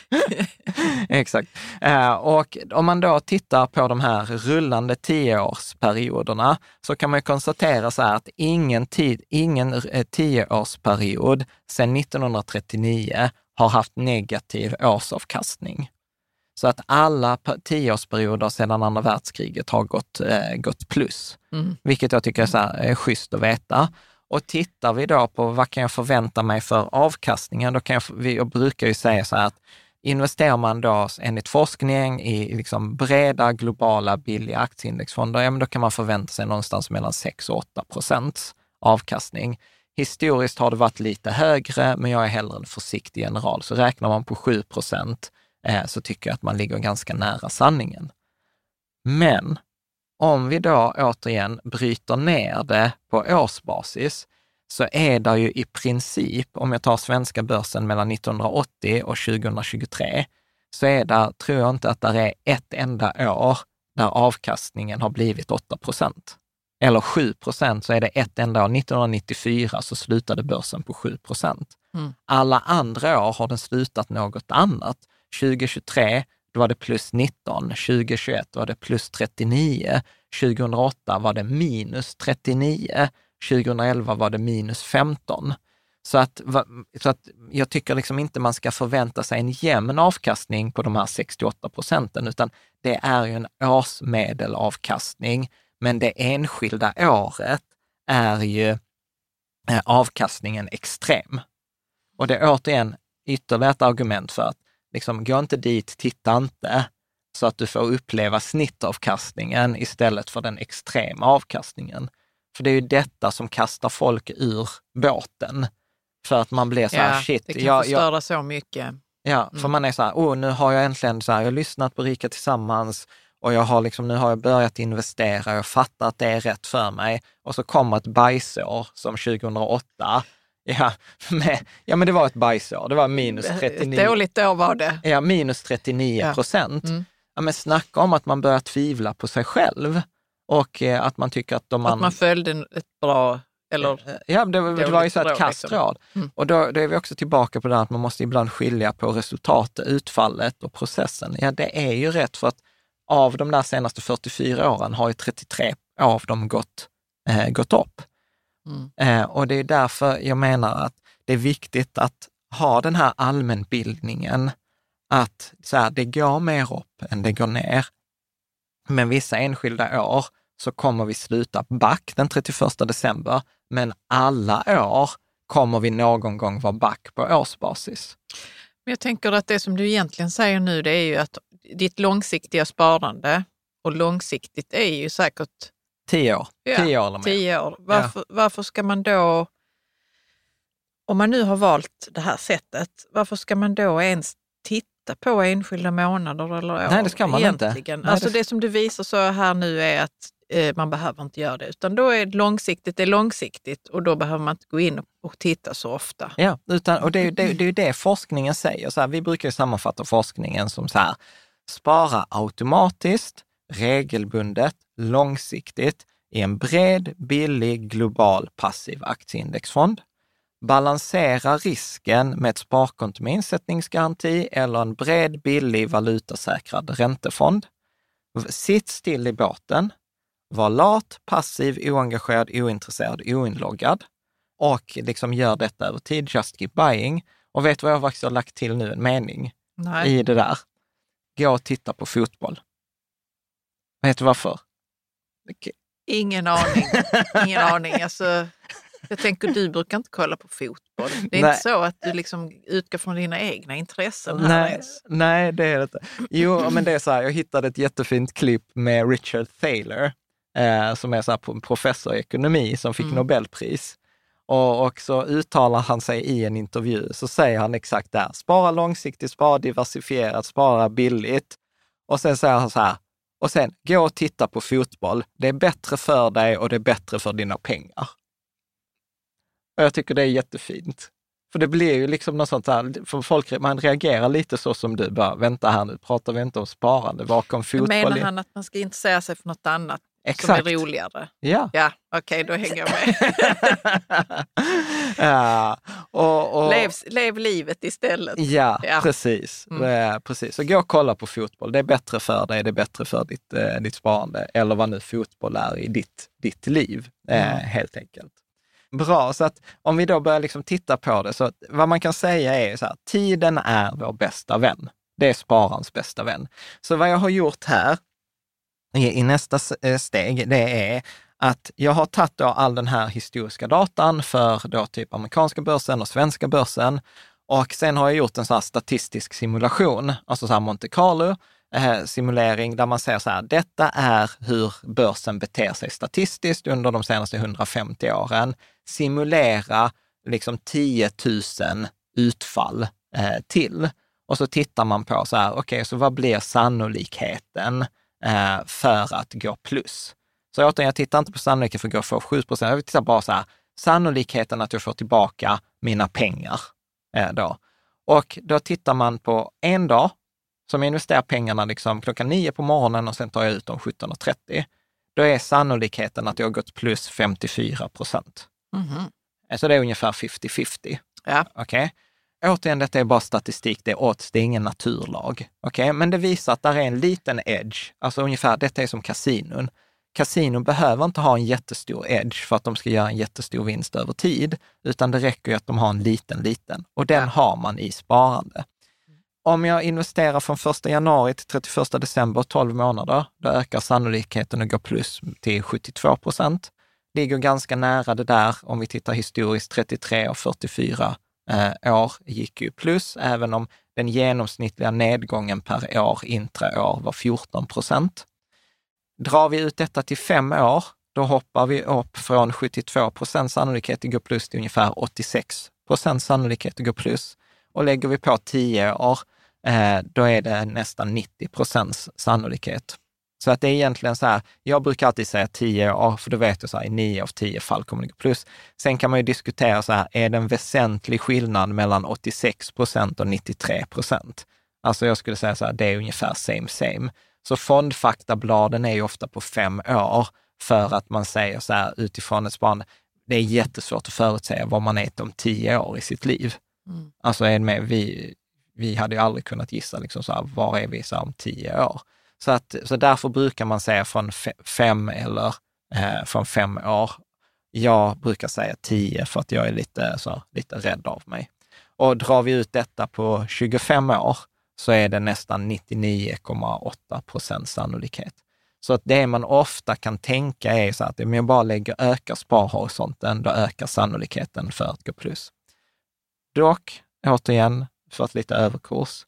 exakt. Uh, och om man då tittar på de här rullande tioårsperioderna så kan man konstatera så här att ingen, tid, ingen uh, tioårsperiod sedan nittonhundratrettionio har haft negativ årsavkastning. Så att alla tioårsperioder sedan andra världskriget har gått, uh, gått plus. Mm. Vilket jag tycker är, så här, är schysst att veta. Och tittar vi då på vad kan jag förvänta mig för avkastningen, då kan jag, vi brukar ju säga så här att investerar man då enligt forskning i liksom breda, globala, billiga aktieindexfonder, ja men då kan man förvänta sig någonstans mellan sex och åtta procents avkastning. Historiskt har det varit lite högre, men jag är hellre en försiktig general. Så räknar man på sju procent eh, så tycker jag att man ligger ganska nära sanningen. Men om vi då återigen bryter ner det på årsbasis så är det ju i princip, om jag tar svenska börsen mellan nittonhundraåttio och tjugohundratjugotre, så är det, tror jag inte att det är ett enda år där avkastningen har blivit åtta procent. Eller sju procent, så är det ett enda år. nittonhundranittiofyra så slutade börsen på sju procent. Mm. Alla andra år har den slutat något annat. tjugohundratjugotre då var det plus nitton, tjugohundratjugoett var det plus trettionio, tjugohundraåtta var det minus trettionio, tjugohundraelva var det minus femton. Så att, så att jag tycker liksom inte man ska förvänta sig en jämn avkastning på de här sextioåtta procenten, utan det är ju en årsmedelavkastning, men det enskilda året är ju avkastningen extrem. Och det är återigen ytterligare ett argument för att liksom, gå inte dit, titta inte, så att du får uppleva snittavkastningen istället för den extrema avkastningen. För det är ju detta som kastar folk ur båten. För att man blir så här, ja, shit. det kan jag, förstöra jag, så mycket. Ja, för mm. man är så här, åh, nu har jag äntligen så här, jag har lyssnat på Rika Tillsammans och jag har liksom, nu har jag börjat investera, jag fattar att det är rätt för mig. Och så kommer ett bajsår som tjugohundraåtta. Ja, med, ja, men det var ett bajsår. Det var minus trettionio. Ett dåligt år var det. Ja, minus trettionio procent. Ja. Mm. Ja, men snacka om att man börjar tvivla på sig själv och eh, att man tycker att de man... Att man följde ett bra... Eller, ja, det, det var ju så ett kastråd. Liksom. Mm. Och då, då är vi också tillbaka på det att man måste ibland skilja på resultatet, utfallet och processen. Ja, det är ju rätt för att av de där senaste fyrtiofyra åren har ju trettiotre av dem gått, eh, gått upp. Mm. Eh, och det är därför jag menar att det är viktigt att ha den här allmänbildningen att så här, det går mer upp än det går ner. Men vissa enskilda år så kommer vi sluta back den trettioförsta december, men alla år kommer vi någon gång vara back på årsbasis. Men jag tänker att det som du egentligen säger nu, det är ju att ditt långsiktiga sparande, och långsiktigt är ju säkert tio år. Ja, tio år eller mer. Tio år. Varför, ja. varför ska man då, om man nu har valt det här sättet, varför ska man då ens titta på enskilda månader eller år? Nej, det ska man egentligen? inte. Alltså Nej, det... det som du visar så här nu är att eh, man behöver inte göra det, utan då är det långsiktigt, det är långsiktigt och då behöver man inte gå in och, och titta så ofta. Ja, utan, och det är ju det, det, är det forskningen säger. Så här, vi brukar ju sammanfatta forskningen som så här, spara automatiskt, regelbundet, långsiktigt i en bred, billig, global passiv aktieindexfond. Balansera risken med ett sparkonto med insättningsgaranti eller en bred, billig, valutasäkrad räntefond. Sitt still i båten. Var lat, passiv, oengagerad, ointresserad, oinloggad. Och liksom gör detta över tid, just keep buying. Och vet du vad jag faktiskt har lagt till nu, en mening Nej. i det där? Gå och titta på fotboll. Vet du varför? Okay. Ingen aning. Ingen aning. Alltså, jag tänker, du brukar inte kolla på fotboll. Det är nej. Inte så att du liksom utgår från dina egna intressen. Här nej, nej, det är det inte. Jo, men det är så här, jag hittade ett jättefint klipp med Richard Thaler, eh, som är så här professor i ekonomi som fick mm. Nobelpris. Och, och så uttalar han sig i en intervju, så säger han exakt där, spara långsiktigt, spara diversifierat, spara billigt. Och sen säger han så här, och sen gå och titta på fotboll. Det är bättre för dig och det är bättre för dina pengar. Och jag tycker det är jättefint. För det blir ju liksom något sånt här, för folk, man reagerar lite så som du, bara vänta här nu, pratar vi inte om sparande bakom fotboll. Menar han att man ska intressera sig för något annat? Exakt. Som är roligare? Ja. Ja, okej, okay, då hänger jag med. ja, och, och, lev, lev livet istället. Ja, ja. Precis. Mm. precis. Så gå och kolla på fotboll. Det är bättre för dig, det är bättre för ditt, eh, ditt sparande. Eller vad nu fotboll är i ditt, ditt liv, eh, mm. helt enkelt. Bra, så att om vi då börjar liksom titta på det, så att vad man kan säga är så här, tiden är vår bästa vän. Det är sparans bästa vän. Så vad jag har gjort här i nästa steg, det är att jag har tagit då all den här historiska datan för då typ amerikanska börsen och svenska börsen, och sen har jag gjort en sån här statistisk simulation, alltså så här Monte Carlo eh, simulering, där man säger så här, detta är hur börsen beter sig statistiskt under de senaste hundrafemtio åren. Simulera liksom tio tusen utfall eh, till. Och så tittar man på så här, okej, okay, så vad blir sannolikheten för att gå plus? Så återigen, jag tittar inte på sannolikheten för att gå för sju procent. Jag tittar bara så här, sannolikheten att jag får tillbaka mina pengar. Eh, då. Och då tittar man på en dag som jag investerar pengarna liksom klockan nio på morgonen och sen tar jag ut dem sjutton och trettio. Då är sannolikheten att jag har gått plus femtiofyra procent. Mm-hmm. Så det är ungefär femtio femtio. Ja. Okej. Okay. Återigen, detta är bara statistik, det är odds, det är ingen naturlag. Okay? Men det visar att det är en liten edge, alltså ungefär, detta är som kasinon. Kasinon behöver inte ha en jättestor edge för att de ska göra en jättestor vinst över tid, utan det räcker ju att de har en liten, liten. Och den ja. har man i sparande. Om jag investerar från första januari till trettioförsta december, tolv månader, då ökar sannolikheten att gå plus till sjuttiotvå procent. Ligger ganska nära det där, om vi tittar historiskt, trettiotre och fyrtiofyra eh, år gick ju plus, även om den genomsnittliga nedgången per år, intraår, var fjorton procent. Drar vi ut detta till fem år, då hoppar vi upp från sjuttiotvå procent sannolikhet att gå plus till ungefär åttiosex procent sannolikhet att gå plus. Och lägger vi på tio år, eh, då är det nästan nittio procent sannolikhet. Så att det är egentligen så här, jag brukar alltid säga tio år, för då vet jag så här, i nio av tio fall kommer det gå plus. Sen kan man ju diskutera så här, är det en väsentlig skillnad mellan åttiosex procent och nittiotre procent? Alltså jag skulle säga så här, det är ungefär same same. Så fondfaktabladen är ju ofta på fem år för att man säger så här utifrån ett sparande, det är jättesvårt att förutsäga vad man är om tio år i sitt liv. Mm. Alltså är med, vi, vi hade ju aldrig kunnat gissa liksom så här, var är vi så här, om tio år? Så, att, så därför brukar man säga från fem eller eh, från fem år. Jag brukar säga tio för att jag är lite, så, lite rädd av mig. Och drar vi ut detta på tjugofem år så är det nästan nittionio komma åtta procent sannolikhet. Så att det man ofta kan tänka är så att om jag bara lägger ökar sparhorisonten, då ökar sannolikheten för att gå plus. Dock, återigen, för att lite överkurs,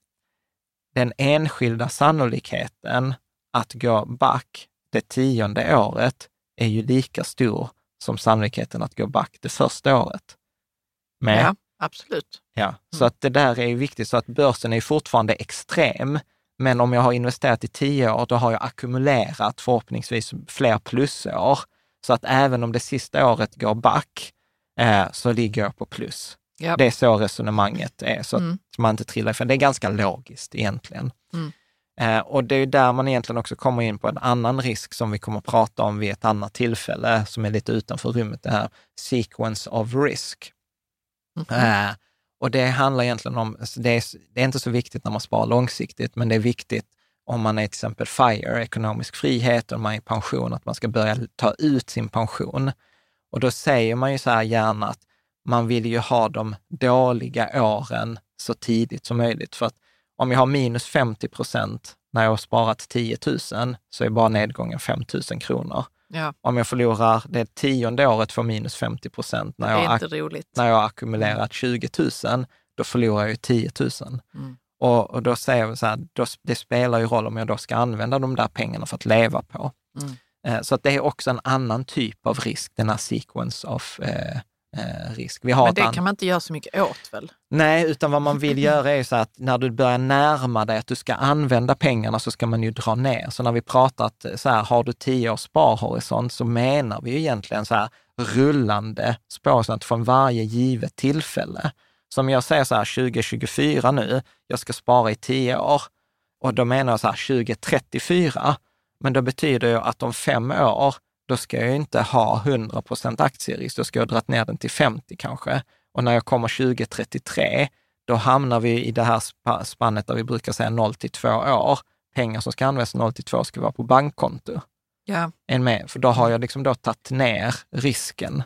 den enskilda sannolikheten att gå back det tionde året är ju lika stor som sannolikheten att gå back det första året. Men, ja, absolut. Ja, mm. Så att det där är ju viktigt, så att börsen är fortfarande extrem, men om jag har investerat i tio år, då har jag ackumulerat förhoppningsvis fler plusår, så att även om det sista året går back eh, så ligger jag på plus. Yep. Det är så resonemanget är, så mm. att man inte trillar för. Det är ganska logiskt egentligen. Mm. Eh, och det är där man egentligen också kommer in på en annan risk som vi kommer att prata om vid ett annat tillfälle, som är lite utanför rummet, det här sequence of risk. Mm. Eh, och det handlar egentligen om, det är, det är inte så viktigt när man sparar långsiktigt, men det är viktigt om man är till exempel FIRE, ekonomisk frihet, och man är i pension, att man ska börja ta ut sin pension. Och då säger man ju så här gärna att man vill ju ha de dåliga åren så tidigt som möjligt. För att om jag har minus femtio procent när jag har sparat tio tusen så är bara nedgången fem tusen kronor. Ja. Om jag förlorar det tionde året för minus femtio procent när, jag ak- när jag har ackumulerat tjugo tusen, då förlorar jag ju tio tusen. Mm. Och, och då säger jag så här, då, det spelar ju roll om jag då ska använda de där pengarna för att leva på. Mm. Eh, så att det är också en annan typ av risk, den här sequence of eh, Eh, risk. Vi har Men det an... kan man inte göra så mycket åt väl? Nej, utan vad man vill göra är så att när du börjar närma dig att du ska använda pengarna så ska man ju dra ner. Så när vi pratar att så här, har du tio års sparhorisont, så menar vi ju egentligen så här rullande sparhorisont från varje givet tillfälle. Som jag säger så här, tjugo tjugofyra nu, jag ska spara i tio år, och då menar jag så här tjugo trettiofyra, men då betyder ju att om fem år då ska jag inte ha hundra procent aktierisk, då ska jag dra ner den till femtio kanske. Och när jag kommer tjugo trettiotre, då hamnar vi i det här spannet där vi brukar säga noll till två år. Pengar som ska användas noll till två ska vara på bankkonto. Ja. En med, för då har jag liksom då tagit ner risken.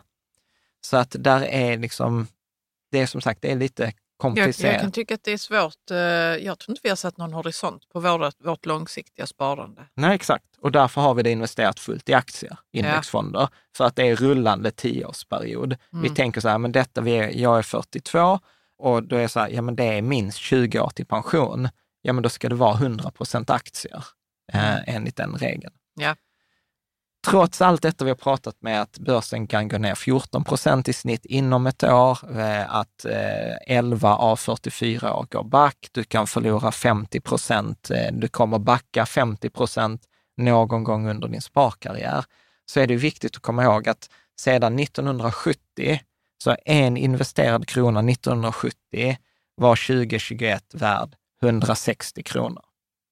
Så att där är liksom, det är som sagt, det är lite komplicerat. Jag, jag kan tycka att det är svårt. Jag tror inte vi har satt någon horisont på vårt, vårt långsiktiga sparande. Nej, exakt. Och därför har vi det investerat fullt i aktier, indexfonder, ja. För att det är rullande tioårsperiod. Mm. Vi tänker så här, men detta, vi är, jag är fyrtiotvå och då är så här, ja men det är minst tjugo år till pension. Ja men då ska det vara hundra procent aktier mm. eh, enligt den regeln. Ja. Trots allt detta vi har pratat med, att börsen kan gå ner fjorton procent i snitt inom ett år, att elva av fyrtiofyra år går back, du kan förlora femtio procent, du kommer backa femtio procent någon gång under din sparkarriär, så är det viktigt att komma ihåg att sedan nittonhundrasjuttio, så en investerad krona nittonhundrasjuttio var tjugo tjugoett värd hundrasextio kronor.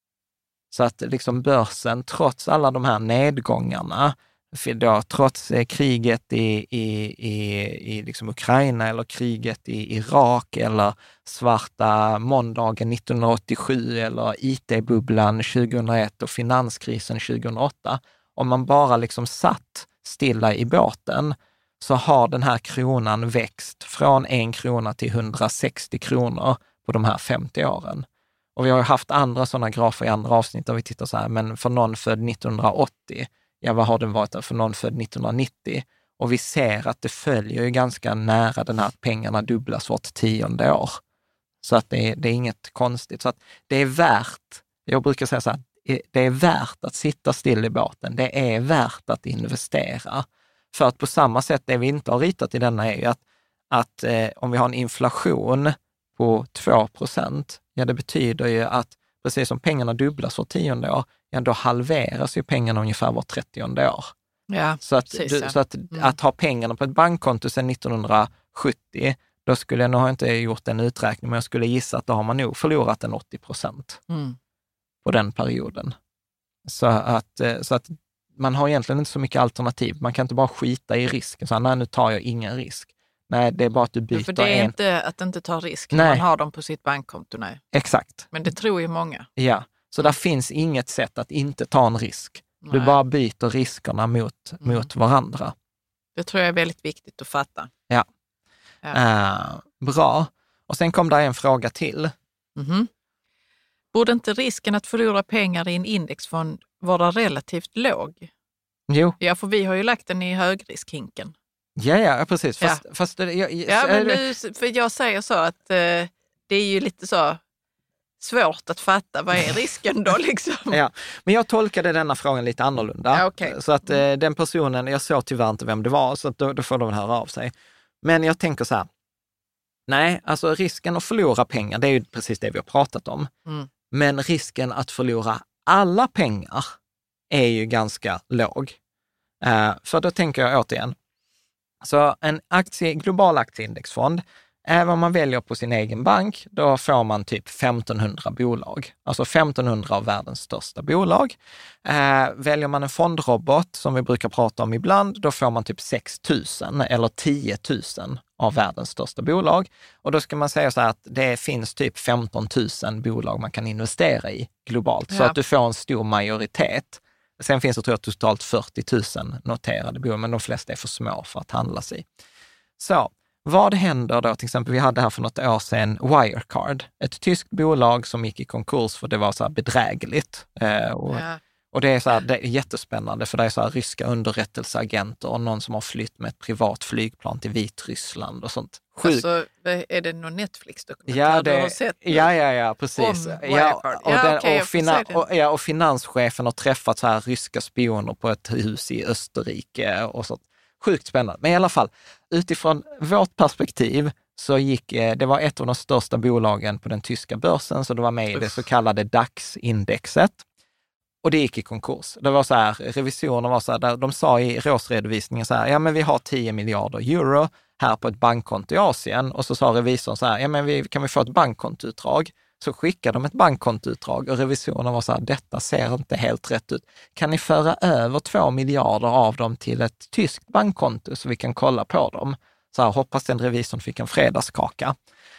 Så att liksom börsen, trots alla de här nedgångarna, för då, trots kriget i, i, i, i liksom Ukraina eller kriget i Irak eller svarta måndagen nittonhundraåttiosju eller I T-bubblan tjugohundraett och finanskrisen tjugohundraåtta, om man bara liksom satt stilla i båten, så har den här kronan växt från en krona till hundrasextio kronor på de här femtio åren. Och vi har ju haft andra sådana grafer i andra avsnitt där vi tittar så här, men för någon född nittonhundraåttio, ja vad har den varit där för någon född nittonhundranittio? Och vi ser att det följer ju ganska nära den här att pengarna dubblas vart tionde år. Så att det är, det är inget konstigt. Så att det är värt, jag brukar säga så här, det är värt att sitta still i båten. Det är värt att investera. För att på samma sätt, det vi inte har ritat i denna är ju att, att eh, om vi har en inflation på två procent, ja det betyder ju att precis som pengarna dubblas var tionde år, ja då halveras ju pengarna ungefär var trettionde år. Ja, så att, precis, du, ja. så att, mm. att ha pengarna på ett bankkonto sedan nittonhundrasjuttio, då skulle jag, nu har jag inte gjort en uträkning, men jag skulle gissa att då har man nog förlorat en åttio procent Mm. på den perioden. Så att, så att man har egentligen inte så mycket alternativ. Man kan inte bara skita i risken. Så nej, nu tar jag ingen risk. Nej, det är bara att du byter. För det är en... inte att inte ta risk Nej. när man har dem på sitt bankkonto. Nej. Exakt. Men det tror ju många. Ja, så där finns inget sätt att inte ta en risk. Nej. Du bara byter riskerna mot, Mm. mot varandra. Det tror jag är väldigt viktigt att fatta. Ja. Ja. Uh, bra. Och sen kom där en fråga till. Mm-hmm. Borde inte risken att förlora pengar i en indexfond vara relativt låg? Jo. Ja, för vi har ju lagt den i högriskhinken. Ja, ja, precis. Fast, Ja. fast jag, jag, Ja, men nu, för jag säger så att eh, det är ju lite så svårt att fatta. Vad är risken då liksom? Ja, men jag tolkade denna frågan lite annorlunda. Ja, okay. Så att eh, den personen, jag såg tyvärr inte vem det var, så att då, då får de höra av sig. Men jag tänker så här, nej, alltså risken att förlora pengar, det är ju precis det vi har pratat om. Mm. Men risken att förlora alla pengar är ju ganska låg. Uh, för då tänker jag återigen, så en aktie, global aktieindexfond, även om man väljer på sin egen bank, då får man typ femtonhundra bolag. Alltså femtonhundra av världens största bolag. Eh, väljer man en fondrobot, som vi brukar prata om ibland, då får man typ sex tusen eller tio tusen av världens största bolag. Och då ska man säga så här att det finns typ femton tusen bolag man kan investera i globalt. Så Ja. att du får en stor majoritet. Sen finns det tror jag totalt fyrtio tusen noterade bolag, men de flesta är för små för att handlas i. Så vad händer då? Till exempel, vi hade här för något år sedan Wirecard, ett tyskt bolag som gick i konkurs för det var så här bedrägligt. Eh, och, Ja. och det är så här, det är jättespännande för det är så här ryska underrättelseagenter och någon som har flytt med ett privat flygplan till Vitryssland och sånt. Sjukt. Alltså, är det någon Netflix-dokumentär Ja, det, du har sett? ja, ja, ja, precis. Om Ja, Wirecard. och, Ja, den, okej, jag och, får fina, se det. och, ja, och finanschefen har träffat så här ryska spioner på ett hus i Österrike och sånt. Sjukt spännande. Men i alla fall, utifrån vårt perspektiv så gick, det var ett av de största bolagen på den tyska börsen, så det var med i det så kallade DAX-indexet. Och det gick i konkurs. Det var så här, revisorerna var så här, de sa i årsredovisningen så här, ja men vi har tio miljarder euro här på ett bankkonto i Asien. Och så sa revisorn så här, ja men vi, kan vi få ett bankkontoutdrag? Så skickade de ett bankkontoutdrag och revisorerna var så här, detta ser inte helt rätt ut. Kan ni föra över två miljarder av dem till ett tyskt bankkonto så vi kan kolla på dem? Så här, hoppas den revisorn fick en fredagskaka.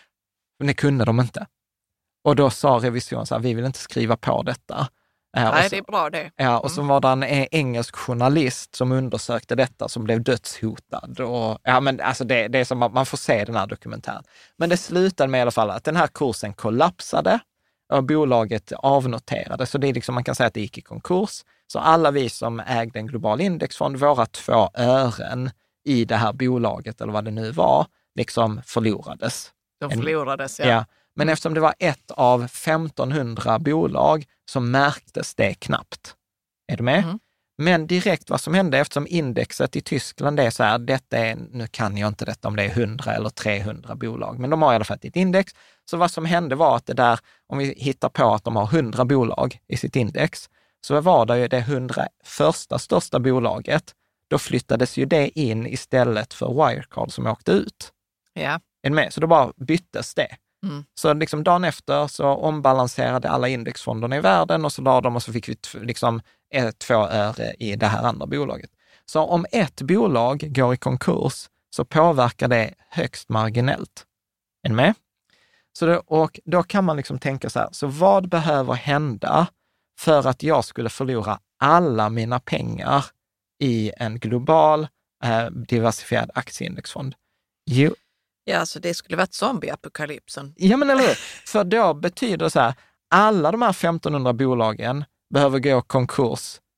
Men det kunde de inte. Och då sa revisorn så här, vi vill inte skriva på detta. Nej, så, det är bra det. Ja, och så var det en engelsk journalist som undersökte detta som blev dödshotad. Och, ja, men alltså det, det är som att man får se den här dokumentären. Men det slutade med i alla fall att den här kursen kollapsade och bolaget avnoterade. Så det är liksom, man kan säga att det gick i konkurs. Så alla vi som ägde en global indexfond, våra två ören i det här bolaget eller vad det nu var, liksom förlorades. De förlorades, ja. Ja. Men eftersom det var ett av femtonhundra bolag så märktes det knappt. Är du med? Mm. Men direkt vad som hände, eftersom indexet i Tyskland är så här, detta är, nu kan jag inte detta om det är hundra eller trehundra bolag, men de har i alla fall ett index. Så vad som hände var att det där, om vi hittar på att de har hundra bolag i sitt index, så var det ju det hundra första största bolaget, då flyttades ju det in istället för Wirecard som åkte ut. Ja. Är du med? Så då bara byttes det. Mm. Så liksom dagen efter så ombalanserade alla indexfonderna i världen och så la de och så fick vi t- liksom ett, två öre i det här andra bolaget. Så om ett bolag går i konkurs så påverkar det högst marginellt. Är ni med? Så det, och då kan man liksom tänka så här, så vad behöver hända för att jag skulle förlora alla mina pengar i en global eh, diversifierad aktieindexfond? Jo, Ja, alltså det skulle varit zombieapokalypsen. Ja, men eller hur? För då betyder det så här, alla de här femtonhundra bolagen behöver gå konkurs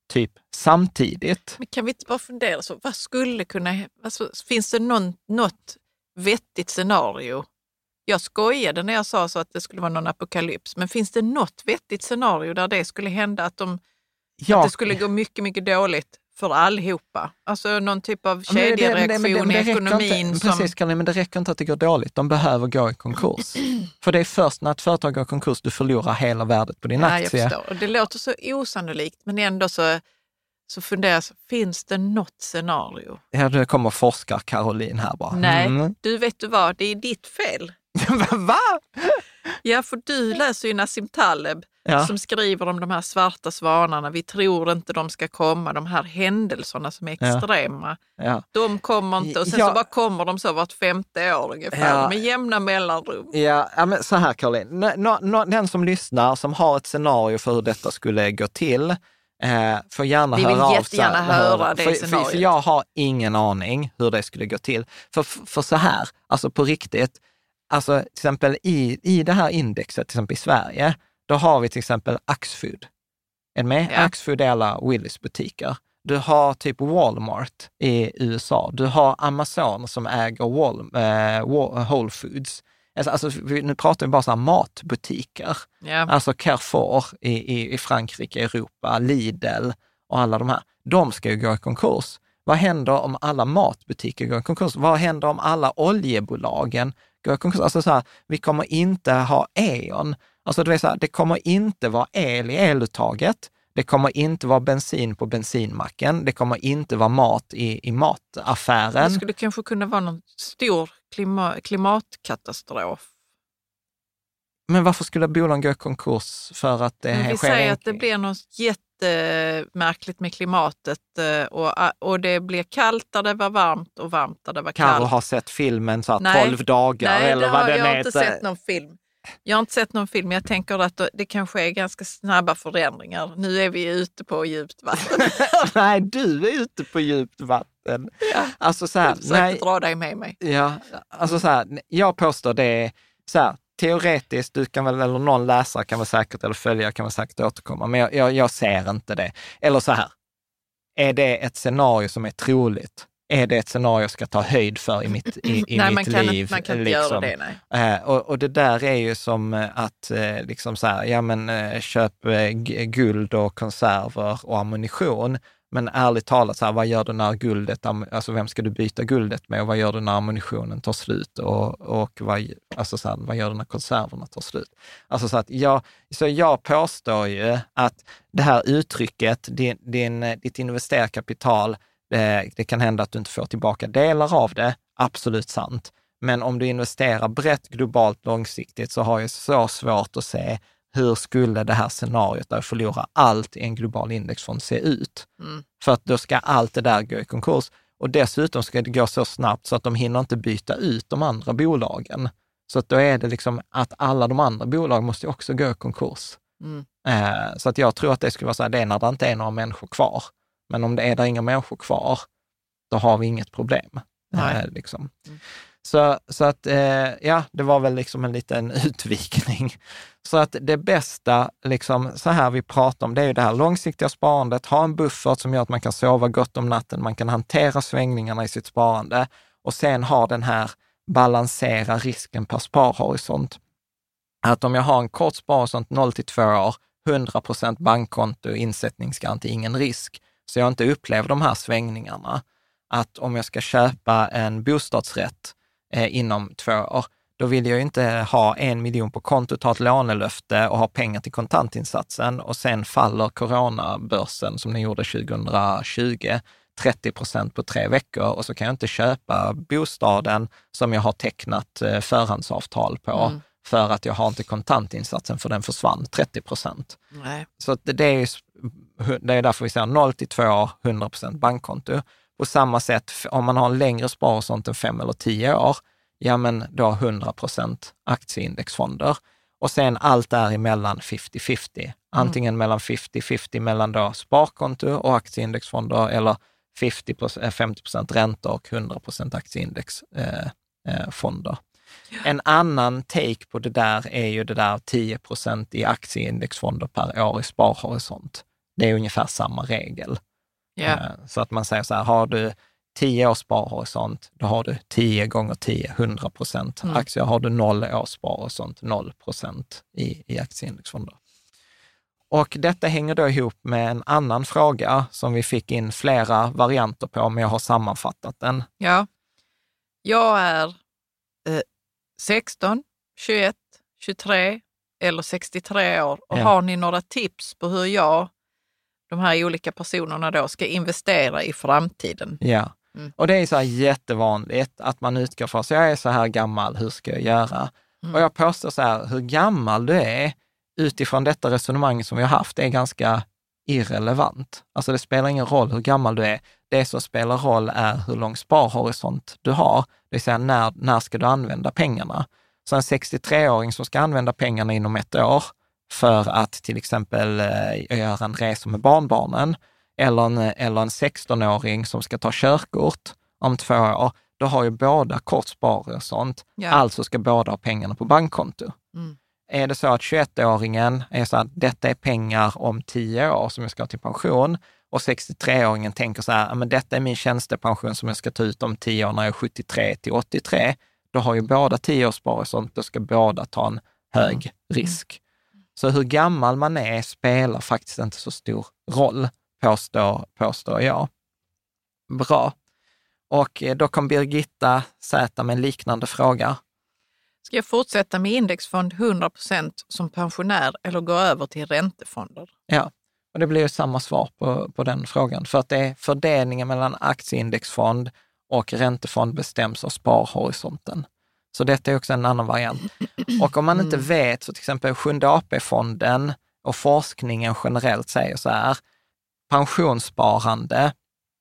typ samtidigt. Men kan vi inte bara fundera så, vad skulle kunna, alltså, finns det någon, något vettigt scenario? Jag skojade när jag sa så att det skulle vara någon apokalyps, men finns det något vettigt scenario där det skulle hända att, de, ja. att det skulle gå mycket, mycket dåligt för allihopa? Alltså någon typ av kedjereaktion i ekonomin. Inte, som... Precis, Karin, men det räcker inte att det går dåligt. De behöver gå i konkurs. För det är först när ett företag går i konkurs du förlorar hela värdet på din ja, aktie. Jag förstår. Och det låter så osannolikt, men ändå så, så funderas, finns det något scenario? Ja, det kommer forskar Caroline här bara. Nej, mm. du vet du vad, det är ditt fel. Va? Ja, för du läser ju Nassim Taleb ja. som skriver om de här svarta svanarna. Vi tror inte de ska komma, de här händelserna som är extrema. Ja. Ja. De kommer inte, och sen ja. så bara kommer de så vart femte år ungefär, ja. med jämna mellanrum. Ja, ja men så här Caroline, no, no, den som lyssnar som har ett scenario för hur detta skulle gå till, eh, får gärna Vi höra av sig. Vi vill jättegärna höra det för, scenariot. För, för jag har ingen aning hur det skulle gå till. För, för så här, alltså på riktigt, alltså till exempel i, i det här indexet, till exempel i Sverige, då har vi till exempel Axfood. Är med? Ja. Axfood är alla Willys butiker. Du har typ Walmart i U S A. Du har Amazon som äger Wal, äh, Whole Foods. Alltså, alltså, nu pratar vi bara så här matbutiker. Ja. Alltså Carrefour i, i, i Frankrike, Europa, Lidl och alla de här. De ska ju gå i konkurs. Vad händer om alla matbutiker går i konkurs? Vad händer om alla oljebolagen går i konkurs? Alltså så här, vi kommer inte ha E.ON. Alltså det vill säga, det kommer inte vara el i eluttaget. Det kommer inte vara bensin på bensinmacken. Det kommer inte vara mat i, i mataffären. Det skulle kanske kunna vara någon stor klima, klimatkatastrof. Men varför skulle bolagen gå i konkurs för att det Men vi sker? säger en... att det blir något jättemärkligt med klimatet och, och det blir kallt där det var varmt och varmt där det var kallt. Karo har sett filmen så här tolv dagar nej, eller vad den jag har heter. inte sett någon film. Jag har inte sett någon film, jag tänker att det kanske är ganska snabba förändringar. Nu är vi ute på djupt vatten. Nej, du är ute på djupt vatten. Ja. Alltså så här, jag försökte nej, dra dig med mig. Ja, alltså så här, jag påstår det är så här, teoretiskt, du kan väl, eller någon läsare kan väl säkert, eller följare kan väl säkert återkomma, men jag, jag, jag ser inte det. Eller så här, är det ett scenario som är troligt? Är det ett scenario jag ska ta höjd för i mitt, i, i nej, mitt man kan liv? Inte, man kan inte liksom. göra det, nej. Eh, och, och det där är ju som att eh, liksom så här, ja men eh, köp eh, guld och konserver och ammunition. Men ärligt talat, så här, vad gör du när guldet, alltså vem ska du byta guldet med och vad gör du när ammunitionen tar slut och, och vad, alltså så här, vad gör du när konserverna tar slut? Alltså så att jag, så jag påstår ju att det här uttrycket, din, din, ditt investerarkapital, det, det kan hända att du inte får tillbaka delar av det, absolut sant. Men om du investerar brett, globalt, långsiktigt så har jag så svårt att se hur skulle det här scenariot där förlora allt i en global indexfond se ut? Mm. För att då ska allt det där gå i konkurs. Och dessutom ska det gå så snabbt så att de hinner inte byta ut de andra bolagen. Så att då är det liksom att alla de andra bolagen måste också gå i konkurs. Mm. Eh, så att jag tror att det skulle vara så här, det är när det inte är några människor kvar. Men om det är där inga människor kvar, då har vi inget problem. Eh, liksom. Mm. Så, så att, eh, ja, det var väl liksom en liten utvikning. Så att det bästa, liksom, så här vi pratar om, det är ju det här långsiktiga sparandet. Ha en buffert som gör att man kan sova gott om natten. Man kan hantera svängningarna i sitt sparande. Och sen ha den här balansera risken per sparhorisont. Att om jag har en kort sparhorisont noll till två år, hundra procent bankkonto, insättningsgaranti, ingen risk. Så jag inte upplever de här svängningarna. Att om jag ska köpa en bostadsrätt eh, inom två år, då vill jag ju inte ha en miljon på kontot, ha ett lånelöfte och ha pengar till kontantinsatsen och sen faller coronabörsen som den gjorde tjugohundratjugo, trettio procent på tre veckor och så kan jag inte köpa bostaden som jag har tecknat eh, förhandsavtal på mm. för att jag har inte kontantinsatsen för den försvann trettio procent. Nej. Så det, det, är, det är därför vi säger noll till två år, hundra procent bankkonto. På samma sätt, om man har en längre sparhorisont än fem eller tio år, ja men då hundra procent aktieindexfonder. Och sen allt däremellan femtio femtio. Antingen mm. mellan femtio femtio mellan då sparkonto och aktieindexfonder eller femtio procent räntor och hundra procent aktieindexfonder. Ja. En annan take på det där är ju det där tio procent i aktieindexfonder per år i sparhorisont. Det är ungefär samma regel. Yeah. Så att man säger så här, har du tio års sparhorisont, då har du tio gånger tio, hundra procent mm. aktier. Har du noll års sparhorisont, noll procent i, i aktieindexfonder. Och detta hänger då ihop med en annan fråga som vi fick in flera varianter på, men jag har sammanfattat den. Ja, jag är eh, sexton, tjugoett, tjugotre eller sextiotre år. Och Ja. har ni några tips på hur jag, de här olika personerna då, ska investera i framtiden? Ja, Mm. och det är så här jättevanligt att man utgår från, så jag är så här gammal, hur ska jag göra? Mm. Och jag påstår så här, hur gammal du är utifrån detta resonemang som vi har haft är ganska irrelevant. Alltså det spelar ingen roll hur gammal du är. Det som spelar roll är hur lång sparhorisont du har. Det vill säga när, när ska du använda pengarna? Så en sextiotre-åring som ska använda pengarna inom ett år för att till exempel eh, göra en resa med barnbarnen, eller en, eller en sexton-åring som ska ta körkort om två år, då har ju båda kort sparhorisont. Ja. Alltså ska båda ha pengarna på bankkonto. Mm. Är det så att tjugoett-åringen är så att detta är pengar om tio år som jag ska ha till pension, och sextiotre-åringen tänker så här, men detta är min tjänstepension som jag ska ta ut om tio år när jag är sjuttiotre till åttiotre, då har ju båda tio års sparhorisont, då ska båda ta en hög risk. Så hur gammal man är spelar faktiskt inte så stor roll, påstår, påstår jag. Bra. Och då kom Birgitta Zäta med en liknande fråga. Ska jag fortsätta med indexfond hundra procent som pensionär eller gå över till räntefonder? Ja, och det blir ju samma svar på, på den frågan. För att det är fördelningen mellan aktieindexfond och räntefond bestäms av sparhorisonten. Så detta är också en annan variant. Och om man inte vet, så till exempel Sjunde A P-fonden och forskningen generellt säger så här, pensionssparande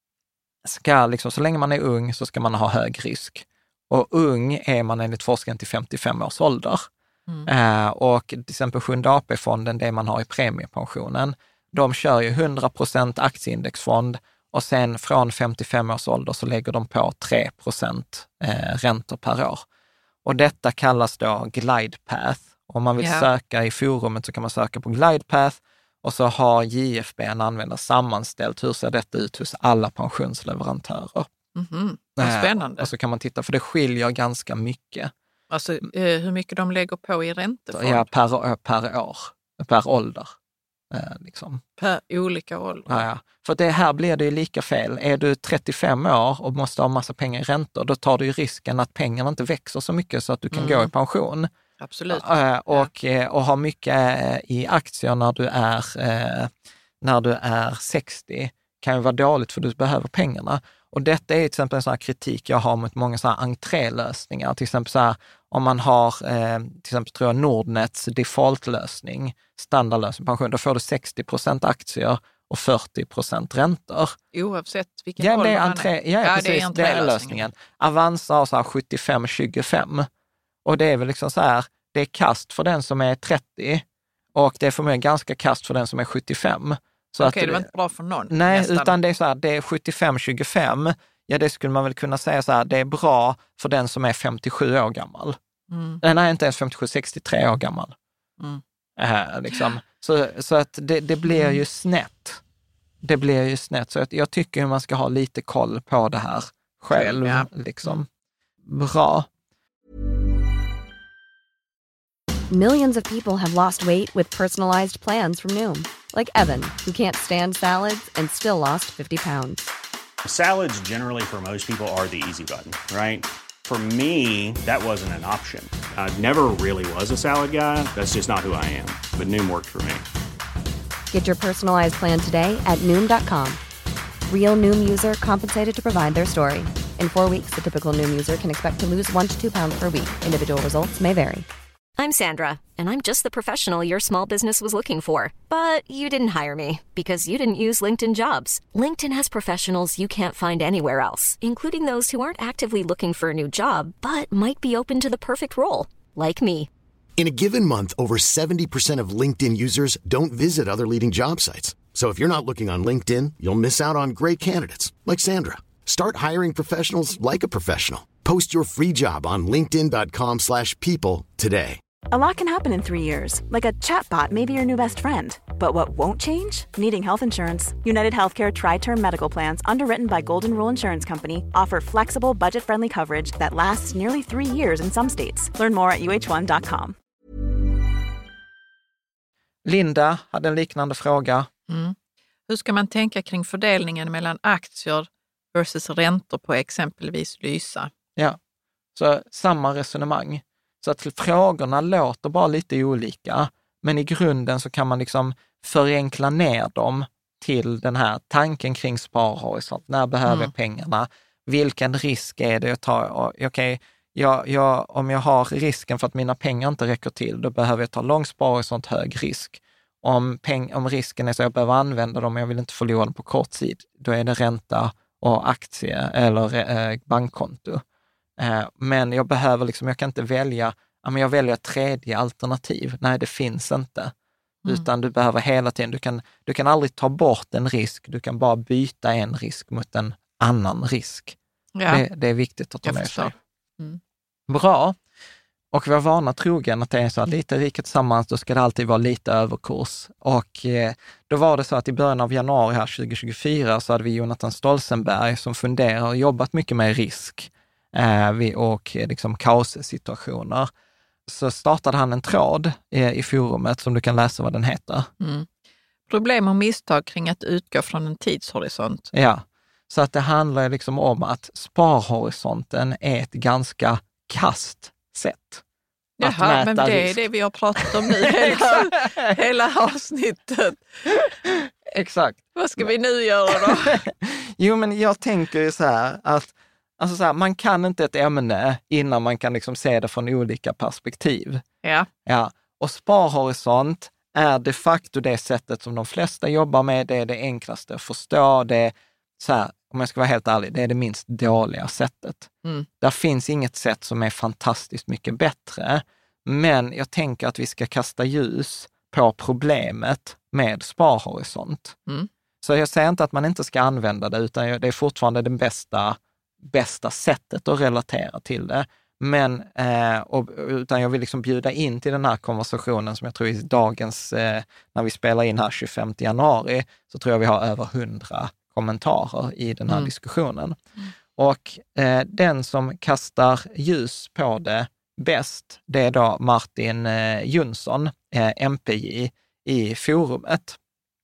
ska liksom, så länge man är ung så ska man ha hög risk. Och ung är man enligt forskningen till femtiofem års ålder. Mm. Eh, och till exempel Sjunde A P-fonden, det man har i premiepensionen, de kör ju hundra procent aktieindexfond och sen från femtiofem års ålder så lägger de på tre procent eh, räntor per år. Och detta kallas då glide path. Om man vill Ja. söka i forumet så kan man söka på glide path, och så har J F B en användare sammanställt hur ser detta ut hos alla pensionsleverantörer. Mm-hmm. Vad spännande. Eh, och så kan man titta, för det skiljer ganska mycket. Alltså eh, hur mycket de lägger på i räntefond? Ja, per, per år, per ålder. Eh, liksom. Per olika ålder? Ja, ja. För det här blir det ju lika fel. Är du trettiofem år och måste ha massa pengar i räntor, då tar du ju risken att pengarna inte växer så mycket så att du kan mm. gå i pension. Absolut. Eh, och, ja. och ha mycket i aktier när du är, eh, när du är sextio kan ju vara dåligt för du behöver pengarna. Och detta är till exempel en sån här kritik jag har mot många sådana här entrélösningar. Till exempel så här, om man har eh, till exempel tror jag Nordnets defaultlösning, standardlösning pension, då får du sextio procent aktier och fyrtio procent räntor. Oavsett vilken ja, ålder det är man entré, är. Ja, ja, precis, det är entrélösningen. Det är lösningen. Avanza har så här sjuttiofem tjugofem. Och det är väl liksom så här, det är kast för den som är trettio och det är för mig ganska kast för den som är sjuttiofem. Okej, okay, det var inte bra för någon. Nej, nästan. Utan det är så här, det är sjuttiofem tjugofem. Ja, det skulle man väl kunna säga så här, det är bra för den som är femtiosju år gammal. Mm. Nej, inte ens femtiosju, sextiotre år gammal. Mm. Äh, liksom. så, så att det, det blir ju snett. Det blir ju snett. Så att jag tycker man ska ha lite koll på det här själv. Ja. Liksom. Bra. Millions of people have lost weight with personalized plans from Noom. Like Evan, who can't stand salads and still lost fifty pounds. Salads generally for most people are the easy button, right? For me, that wasn't an option. I never really was a salad guy. That's just not who I am. But Noom worked for me. Get your personalized plan today at Noom dot com. Real Noom user compensated to provide their story. In four weeks, the typical Noom user can expect to lose one to two pounds per week. Individual results may vary. I'm Sandra, and I'm just the professional your small business was looking for. But you didn't hire me because you didn't use LinkedIn Jobs. LinkedIn has professionals you can't find anywhere else, including those who aren't actively looking for a new job, but might be open to the perfect role, like me. In a given month, over seventy percent of LinkedIn users don't visit other leading job sites. So if you're not looking on LinkedIn, you'll miss out on great candidates like Sandra. Start hiring professionals like a professional. Post your free job on linkedin dot com slash people today. A lot can happen in three years, like a chatbot may be your new best friend. But what won't change? Needing health insurance. United Healthcare Tri-Term Medical Plans, underwritten by Golden Rule Insurance Company, offer flexible, budget-friendly coverage that lasts nearly three years in some states. Learn more at u h one dot com. Linda hade en liknande fråga. Mm. Hur ska man tänka kring fördelningen mellan aktier versus räntor på exempelvis Lysa? Ja, så samma resonemang. Så att frågorna låter bara lite olika, men i grunden så kan man liksom förenkla ner dem till den här tanken kring sparhorisont. När behöver mm. jag pengarna? Vilken risk är det jag tar? Okej, okay, jag, jag, om jag har risken för att mina pengar inte räcker till, då behöver jag ta lång sparhorisont, hög risk. Om, peng, om risken är så att jag behöver använda dem, jag vill inte förlora dem på kort tid, då är det ränta och aktie eller eh, bankkonto. Eh, men jag behöver liksom, jag kan inte välja, ja, men jag väljer ett tredje alternativ. Nej, det finns inte. Mm. Utan du behöver hela tiden, du kan, du kan aldrig ta bort en risk, du kan bara byta en risk mot en annan risk. Ja. Det, det är viktigt att ta med sig. Mm. Bra. Och vi var vana trogen att det är så att lite rika tillsammans, då ska det alltid vara lite överkurs. Och eh, då var det så att i början av januari här tjugo tjugofyra så hade vi Jonathan Stolzenberg som funderar och jobbat mycket med risk eh, och eh, liksom kaossituationer. Så startade han en tråd eh, i forumet som du kan läsa vad den heter. Mm. Problem och misstag kring att utgå från en tidshorisont. Ja, så att det handlar liksom om att sparhorisonten är ett ganska kast sätt. Jaha, men det risk. är det vi har pratat om nu hela, hela avsnittet. Exakt. Vad ska vi nu göra då? Jo, men jag tänker ju så här att alltså så här, man kan inte ett ämne innan man kan liksom se det från olika perspektiv. Ja. Ja. Och sparhorisont är de facto det sättet som de flesta jobbar med. Det är det enklaste att förstå. Det är så här, om jag ska vara helt ärlig, det är det minst dåliga sättet. Mm. Där finns inget sätt som är fantastiskt mycket bättre. Men jag tänker att vi ska kasta ljus på problemet med sparhorisont. Mm. Så jag säger inte att man inte ska använda det, utan det är fortfarande det bästa, bästa sättet att relatera till det. Men, eh, och, utan jag vill liksom bjuda in till den här konversationen som jag tror i dagens, eh, när vi spelar in här tjugofemte januari, så tror jag vi har över hundra kommentarer i den här mm. diskussionen. Mm. Och eh, den som kastar ljus på det bäst, det är då Martin eh, Jönsson, eh, M P J, i forumet.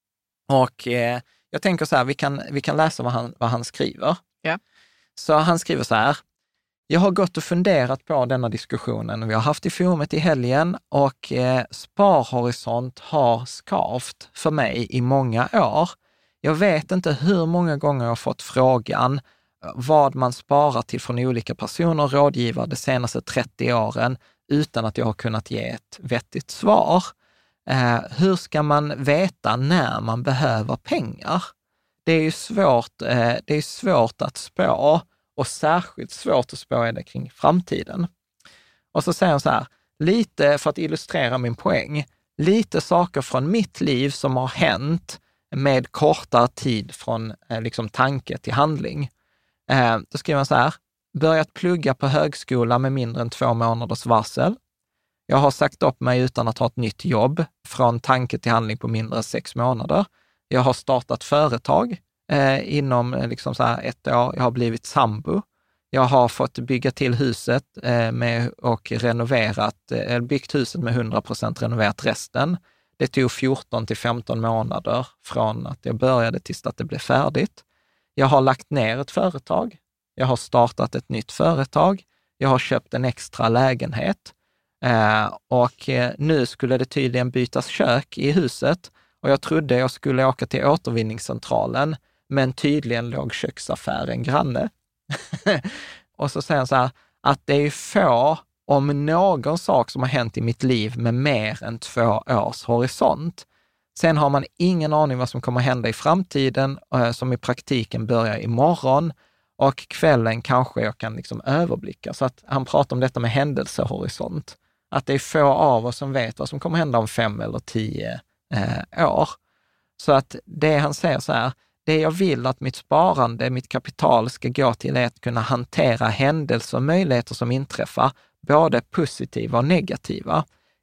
Och eh, jag tänker så här, vi kan, vi kan läsa vad han, vad han skriver. Ja. Så han skriver så här: jag har gått och funderat på denna diskussionen vi har haft i forumet i helgen och eh, sparhorisont har skavt för mig i många år. Jag vet inte hur många gånger jag har fått frågan vad man sparar till från olika personer och rådgivare de senaste trettio åren utan att jag har kunnat ge ett vettigt svar. Eh, hur ska man veta när man behöver pengar? Det är ju svårt, eh, det är svårt att spå, och särskilt svårt att spå är det kring framtiden. Och så säger han så här, lite för att illustrera min poäng, lite saker från mitt liv som har hänt med kortare tid från eh, liksom tanke till handling. Eh, då skriver man så här: börjat plugga på högskola med mindre än två månaders varsel. Jag har sagt upp mig utan att ha ett nytt jobb, från tanke till handling på mindre än sex månader. Jag har startat företag eh, inom eh, liksom så här ett år. Jag har blivit sambo. Jag har fått bygga till huset eh, med, och renoverat, eh, byggt huset med hundra procent, renoverat resten. Det tog fjorton till femton månader från att jag började tills att det blev färdigt. Jag har lagt ner ett företag. Jag har startat ett nytt företag. Jag har köpt en extra lägenhet. Eh, och eh, nu skulle det tydligen bytas kök i huset. Och jag trodde jag skulle åka till återvinningscentralen, men tydligen låg köksaffären granne. Och så säger han så här, att det är få, om någon sak som har hänt i mitt liv med mer än två års horisont. Sen har man ingen aning vad som kommer hända i framtiden, som i praktiken börjar imorgon, och kvällen kanske jag kan liksom överblicka. Så att han pratar om detta med händelsehorisont. Att det är få av oss som vet vad som kommer hända om fem eller tio eh, år. Så att det han säger så här, det jag vill att mitt sparande, mitt kapital ska gå till är att kunna hantera händelser och möjligheter som inträffar, både positiva och negativa.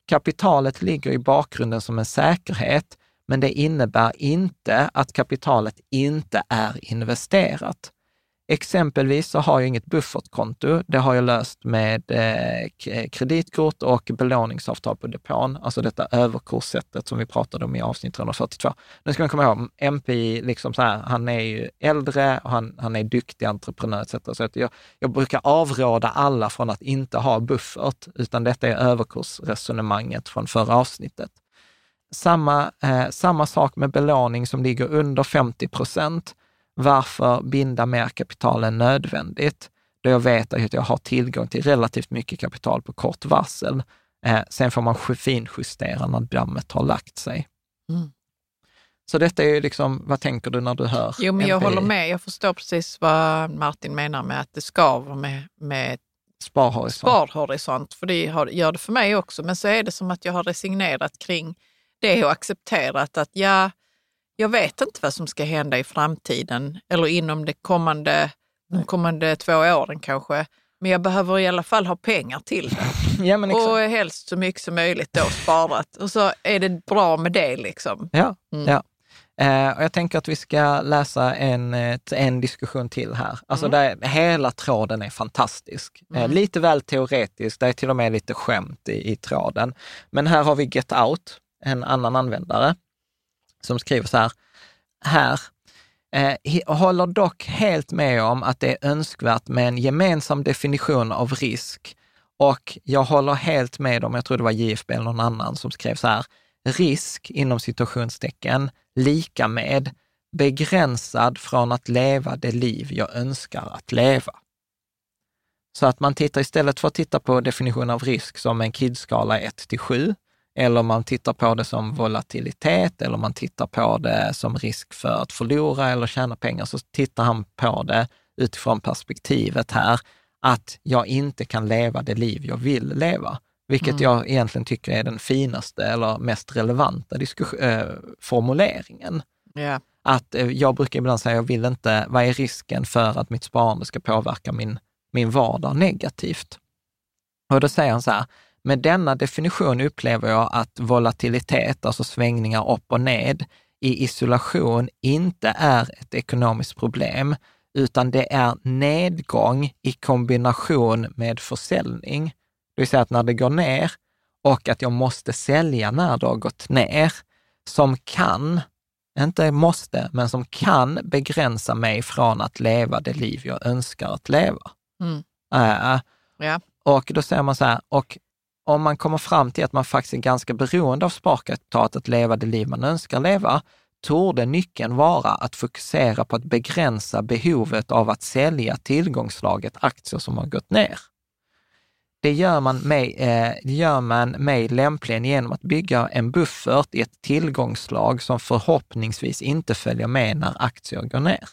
Kapitalet ligger i bakgrunden som en säkerhet, men det innebär inte att kapitalet inte är investerat. Exempelvis så har jag inget buffertkonto. Det har jag löst med eh, kreditkort och belåningsavtal på depån. Alltså detta överkurssättet som vi pratade om i avsnitt trehundrafyrtiotvå. Nu ska man komma ihåg, M P, liksom så här, han är ju äldre och han, han är duktig entreprenör et cetera. Så att jag, jag brukar avråda alla från att inte ha buffert, utan detta är överkursresonemanget från förra avsnittet. Samma, eh, samma sak med belåning som ligger under femtio procent. Varför binda mer kapital än nödvändigt? Då jag vet att jag har tillgång till relativt mycket kapital på kort varsel. Eh, sen får man finjustera när dammet har lagt sig. Mm. Så detta är ju liksom, vad tänker du när du hör? Jo, men jag M P I? håller med. Jag förstår precis vad Martin menar med att det skaver med, med sparhorisont. sparhorisont. För det har, gör det för mig också. Men så är det som att jag har resignerat kring det och accepterat att ja, jag vet inte vad som ska hända i framtiden eller inom det kommande, de kommande två åren kanske. Men jag behöver i alla fall ha pengar till det. Ja, men exakt. Och helst så mycket som möjligt då sparat. Och så är det bra med det liksom. Ja, mm. ja. Eh, och jag tänker att vi ska läsa en, en diskussion till här. Alltså mm. där hela tråden är fantastisk. Mm. Eh, lite väl teoretisk, det är till och med lite skämt i, i tråden. Men här har vi Get Out, en annan användare, som skriver så här. Här eh, håller dock helt med om att det är önskvärt med en gemensam definition av risk. Och jag håller helt med om, jag tror det var J F B eller någon annan som skrev så här. Risk inom situationstecken lika med begränsad från att leva det liv jag önskar att leva. Så att man tittar istället för att titta på definition av risk som en K I D-skala ett till sju, eller man tittar på det som volatilitet, eller man tittar på det som risk för att förlora eller tjäna pengar, så tittar han på det utifrån perspektivet här att jag inte kan leva det liv jag vill leva. Vilket mm. jag egentligen tycker är den finaste eller mest relevanta diskus- äh, formuleringen. Yeah. Att äh, jag brukar ibland säga, jag vill inte, vad är risken för att mitt sparande ska påverka min, min vardag negativt? Och då säger han så här, med denna definition upplever jag att volatilitet, alltså svängningar upp och ned, i isolation inte är ett ekonomiskt problem, utan det är nedgång i kombination med försäljning. Det vill säga att när det går ner och att jag måste sälja när det har gått ner, som kan, inte måste, men som kan begränsa mig från att leva det liv jag önskar att leva. Mm. Äh, ja. Och då säger man så här, och om man kommer fram till att man faktiskt är ganska beroende av sparkapitalet att leva det liv man önskar leva, torde nyckeln vara att fokusera på att begränsa behovet av att sälja tillgångslaget aktier som har gått ner. Det gör man mig, eh, det gör man mig lämpligen genom att bygga en buffert i ett tillgångslag som förhoppningsvis inte följer med när aktier går ner.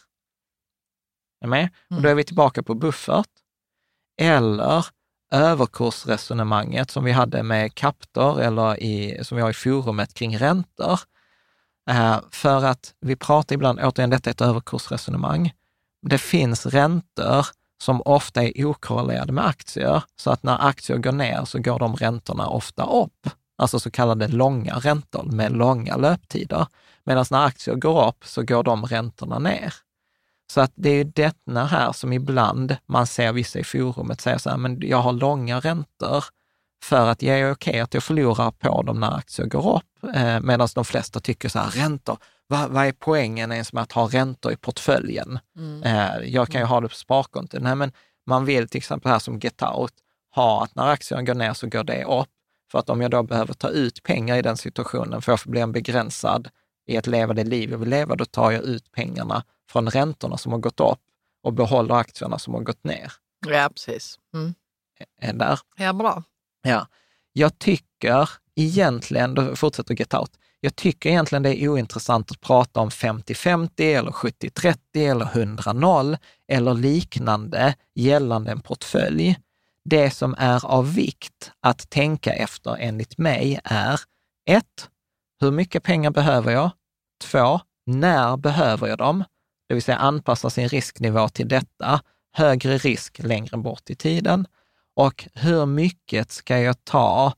Är med? Mm. Och då är vi tillbaka på buffert. Eller överkursresonemanget som vi hade med Captor eller i, som vi har i forumet kring räntor. Eh, för att vi pratar ibland, återigen detta är ett överkursresonemang. Det finns räntor som ofta är okorrelerade med aktier, så att när aktier går ner så går de räntorna ofta upp. Alltså så kallade långa räntor med långa löptider. Medan när aktier går upp så går de räntorna ner. Så att det är ju detta här som ibland man ser vissa i forumet säger så här, men jag har långa räntor för att jag är okej att jag förlorar på dem när aktier går upp. Eh, medan de flesta tycker så här, räntor, vad, vad är poängen ens med att ha räntor i portföljen? Mm. Eh, jag kan ju ha det på sparkonto. Nej, men man vill till exempel här som Get Out ha att när aktien går ner så går det upp. För att om jag då behöver ta ut pengar i den situationen för att bli en begränsad i att leva det liv jag vill leva, då tar jag ut pengarna från räntorna som har gått upp och behåller aktierna som har gått ner. Ja, precis. Mm. Är där. Ja, bra. Ja, jag tycker egentligen, då fortsätter Get Out, jag tycker egentligen det är ointressant att prata om femtio femtio eller sjuttio trettio eller hundra noll eller liknande gällande en portfölj. Det som är av vikt att tänka efter enligt mig är ett, hur mycket pengar behöver jag? Två, när behöver jag dem? Det vill säga anpassa sin risknivå till detta. Högre risk längre bort i tiden. Och hur mycket ska jag ta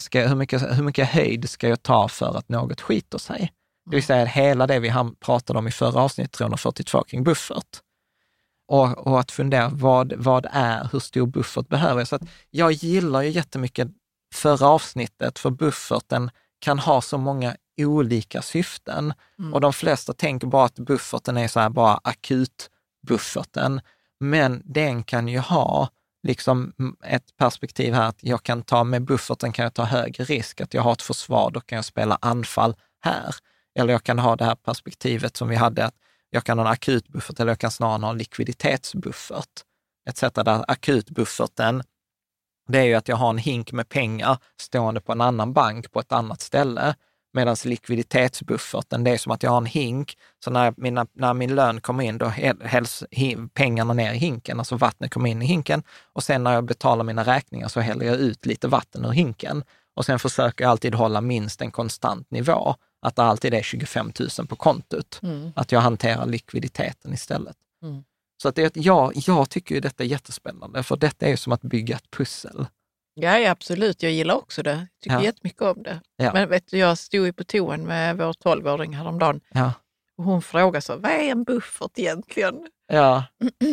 ska, hur, mycket, hur mycket höjd ska jag ta för att något skiter sig? Det vill säga hela det vi pratade om i förra avsnittet trehundrafyrtiotvå kring buffert. Och, och att fundera, vad, vad är, hur stor buffert behöver jag? Så att jag gillar ju jättemycket förra avsnittet, för bufferten kan ha så många olika syften. Mm. Och de flesta tänker bara att bufferten är så här bara akut bufferten. Men den kan ju ha liksom ett perspektiv här att jag kan ta med bufferten kan jag ta högre risk. Att jag har ett försvar, då kan jag spela anfall här. Eller jag kan ha det här perspektivet som vi hade, att jag kan ha en akut buffert eller jag kan snarare ha en likviditetsbuffert. Ett sätt där akutbufferten, det är ju att jag har en hink med pengar stående på en annan bank på ett annat ställe. Medan likviditetsbufferten, det är som att jag har en hink, så när, mina, när min lön kommer in, då hälls pengarna ner i hinken, alltså vattnet kommer in i hinken. Och sen när jag betalar mina räkningar så häller jag ut lite vatten ur hinken. Och sen försöker jag alltid hålla minst en konstant nivå. Att det alltid är tjugofem tusen på kontot. Mm. Att jag hanterar likviditeten istället. Mm. Så att det, ja, jag tycker ju detta är jättespännande, för detta är ju som att bygga ett pussel. Ja, ja, absolut. Jag gillar också det. Jag tycker ja. jättemycket om det. Ja. Men vet du, jag stod ju på toan med vår tolvåring häromdagen. Ja. Och hon frågade så, vad är en buffert egentligen? Ja.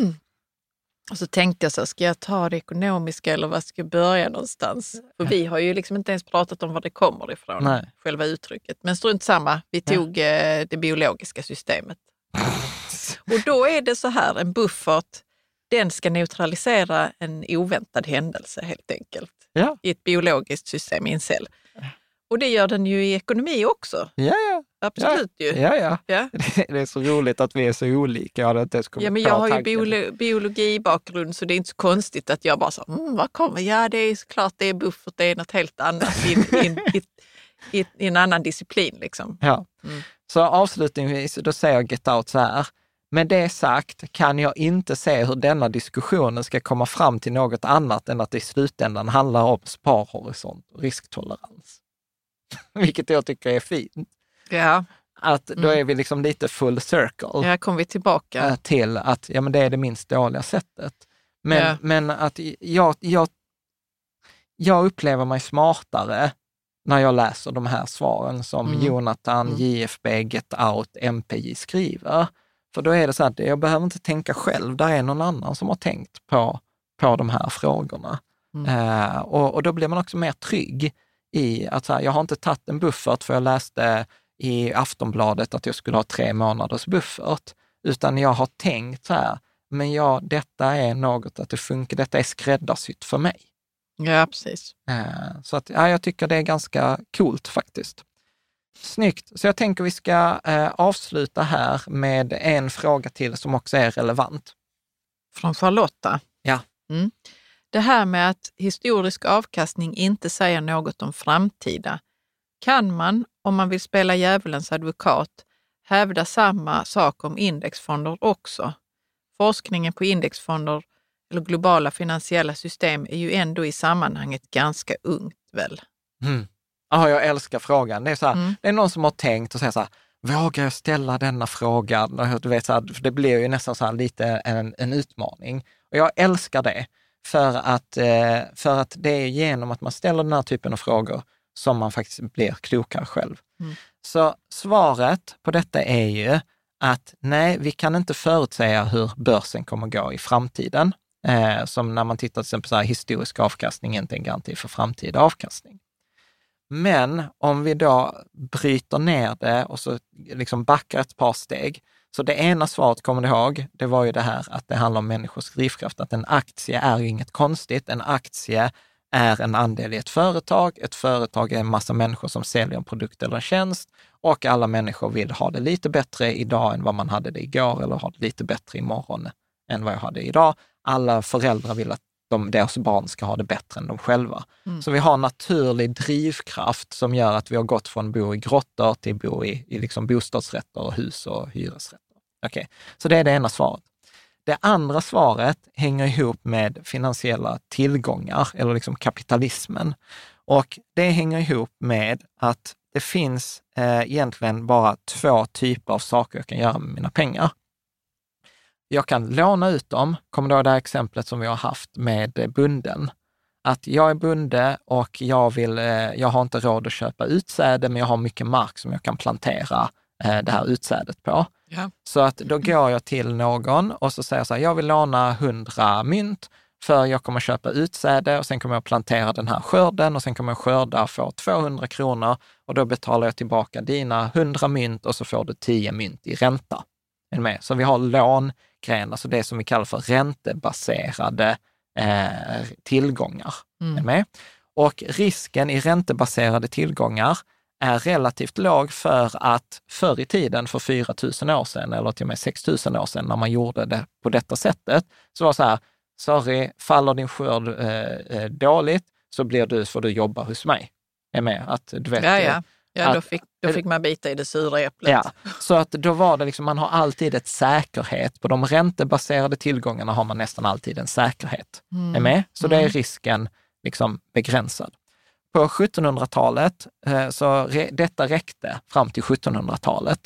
Och så tänkte jag så, ska jag ta det ekonomiska eller vad ska jag börja någonstans? För ja. vi har ju liksom inte ens pratat om var det kommer ifrån, Nej. själva uttrycket. Men strunt samma, vi tog ja. eh, det biologiska systemet. Och då är det så här, en buffert, den ska neutralisera en oväntad händelse helt enkelt. Ja. I ett biologiskt system i en cell. Och det gör den ju i ekonomi också. Ja, ja. Absolut ja. ju. Ja, ja. ja. Det är så roligt att vi är så olika. Jag, inte ja, men jag har ju biolo- biologi-bakgrund, så det är inte så konstigt att jag bara så, mm, vad kommer? Ja, det är klart det är buffert, det är något helt annat i, i, i, i, i en annan disciplin liksom. Ja. Mm. Så avslutningsvis, då säger jag Get Out så här. Med det sagt kan jag inte se hur denna diskussionen ska komma fram till något annat än att det i slutändan handlar om sparhorisont och risktolerans. Vilket jag tycker är fint. Ja. Att då är vi liksom lite full circle. Ja, kommer vi tillbaka. Till att ja, men det är det minst dåliga sättet. Men, ja. men att jag, jag, jag upplever mig smartare när jag läser de här svaren som mm. Jonathan, mm. J F B, Get Out, M P J skriver. För då är det så att jag behöver inte tänka själv. Där är någon annan som har tänkt på, på de här frågorna. Mm. Uh, och, och då blir man också mer trygg i att så här, jag har inte tagit en buffert för jag läste i Aftonbladet att jag skulle ha tre månaders buffert. Utan jag har tänkt så här, men ja, detta är något att det funkar, detta är skräddarsytt för mig. Ja, precis. Uh, så att, ja, jag tycker det är ganska coolt faktiskt. Snyggt. Så jag tänker vi ska eh, avsluta här med en fråga till som också är relevant. Från Charlotta. Ja. Mm. Det här med att historisk avkastning inte säger något om framtida. Kan man, om man vill spela djävulens advokat, hävda samma sak om indexfonder också? Forskningen på indexfonder eller globala finansiella system är ju ändå i sammanhanget ganska ungt väl? Mm. Ja, jag älskar frågan. Det är, så här, mm. det är någon som har tänkt och säger så här, vågar jag ställa denna frågan? Du vet, så här, för det blir ju nästan så här lite en, en utmaning. Och jag älskar det för att, för att det är genom att man ställer den här typen av frågor som man faktiskt blir klokare själv. Mm. Så svaret på detta är ju att nej, vi kan inte förutsäga hur börsen kommer gå i framtiden. Eh, som när man tittar till exempel på så här, historisk avkastning är inte en garanti för framtida avkastning. Men om vi då bryter ner det och så liksom backar ett par steg. Så det ena svaret, kommer du ihåg, det var ju det här att det handlar om människors drivkraft. Att en aktie är ju inget konstigt. En aktie är en andel i ett företag. Ett företag är en massa människor som säljer en produkt eller en tjänst. Och alla människor vill ha det lite bättre idag än vad man hade det igår. Eller ha det lite bättre imorgon än vad jag hade idag. Alla föräldrar vill att de, deras barn ska ha det bättre än de själva. Mm. Så vi har en naturlig drivkraft som gör att vi har gått från bo i grottor till bo i, i liksom bostadsrätter och hus och hyresrätter. Okej, okay. Så det är det ena svaret. Det andra svaret hänger ihop med finansiella tillgångar eller liksom kapitalismen. Och det hänger ihop med att det finns eh, egentligen bara två typer av saker jag kan göra med mina pengar. Jag kan låna ut dem, kommer då det här exemplet som vi har haft med bunden. att jag är bonde och jag, vill, jag har inte råd att köpa utsäde, men jag har mycket mark som jag kan plantera det här utsädet på. Ja. Så att då går jag till någon och så säger jag så här, jag vill låna hundra mynt för jag kommer köpa utsäde och sen kommer jag plantera den här skörden och sen kommer jag skörda och få tvåhundra kronor och då betalar jag tillbaka dina hundra mynt och så får du tio mynt i ränta. Är du med? Så vi har långrenar, alltså det som vi kallar för räntebaserade eh, tillgångar. Mm. Är du med? Och risken i räntebaserade tillgångar är relativt låg för att förr i tiden, för fyra tusen år sedan eller till och med sex tusen år sedan när man gjorde det på detta sättet, så var det så här, sorry, faller din skörd eh, dåligt så blir du, får du jobba hos mig. Är med? Att, du vet, ja, ja. ja att, då, fick, då fick man bita i det sura äpplet. Ja, så att då var det liksom, man har alltid ett säkerhet. På de räntebaserade tillgångarna har man nästan alltid en säkerhet. Mm. Är med? Så mm. det är risken liksom begränsad. På sjuttonhundratalet, eh, så re, detta räckte fram till sjuttonhundratalet.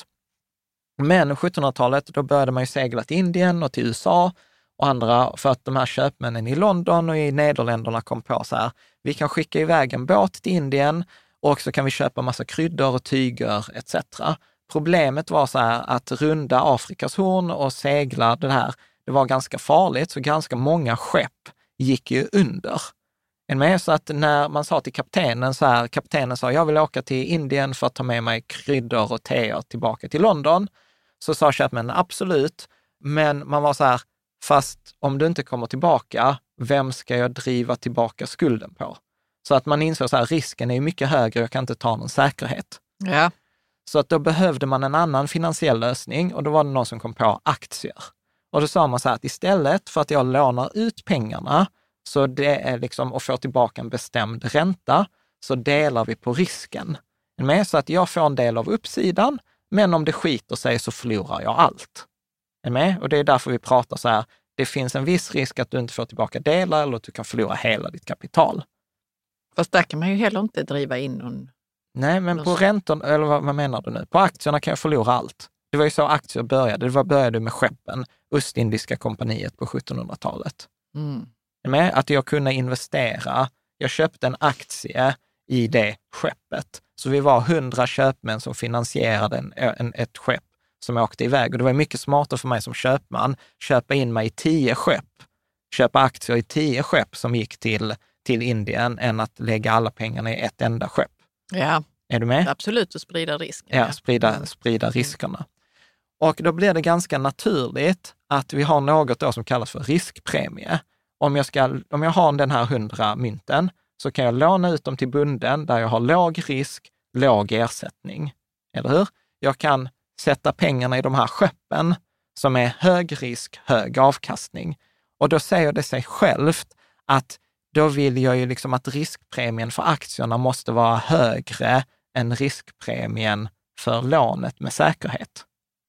Men sjuttonhundratalet, då började man ju segla till Indien och till U S A och andra, för att de här köpmännen i London och i Nederländerna kom på så här, vi kan skicka iväg en båt till Indien och så kan vi köpa massa kryddor och tyger et cetera. Problemet var så här att runda Afrikas horn och segla det här, det var ganska farligt, så ganska många skepp gick ju under. En med, så att när man sa till kaptenen så här, kaptenen sa, jag vill åka till Indien för att ta med mig kryddor och teer tillbaka till London, så sa köpmännen absolut, men man var så här, fast om du inte kommer tillbaka, vem ska jag driva tillbaka skulden på? Så att man insåg så här, risken är ju mycket högre, jag kan inte ta någon säkerhet. Ja. Så att då behövde man en annan finansiell lösning och då var det någon som kom på aktier. Och då sa man så här att istället för att jag lånar ut pengarna så det är liksom att få tillbaka en bestämd ränta, så delar vi på risken. Med så att jag får en del av uppsidan, men om det skiter sig så förlorar jag allt. Är med? Och det är därför vi pratar så här, det finns en viss risk att du inte får tillbaka delar eller att du kan förlora hela ditt kapital. Fast där kan man ju heller inte driva in någon... Nej, men på räntan, eller vad, vad menar du nu? På aktierna kan jag förlora allt. Det var ju så aktier började. Det var började med skeppen, Ostindiska kompaniet på sjuttonhundratalet. Mm. Med att jag kunde investera, jag köpte en aktie i det skeppet. Så vi var hundra köpmän som finansierade en, en, ett skepp som åkte iväg. Och det var mycket smartare för mig som köpman, köpa in mig i tio skepp, köpa aktier i tio skepp som gick till, till Indien än att lägga alla pengarna i ett enda skepp. Ja, är du med? Absolut, att sprida risken. Ja, sprida, sprida riskerna. Och då blir det ganska naturligt att vi har något då som kallas för riskpremie. Om jag, ska, om jag har den här hundra mynten så kan jag låna ut dem till bunden där jag har låg risk, låg ersättning. Eller hur? Jag kan sätta pengarna i de här skeppen som är hög risk, hög avkastning. Och då säger det sig självt att då vill jag ju liksom att riskpremien för aktierna måste vara högre än riskpremien för lånet med säkerhet.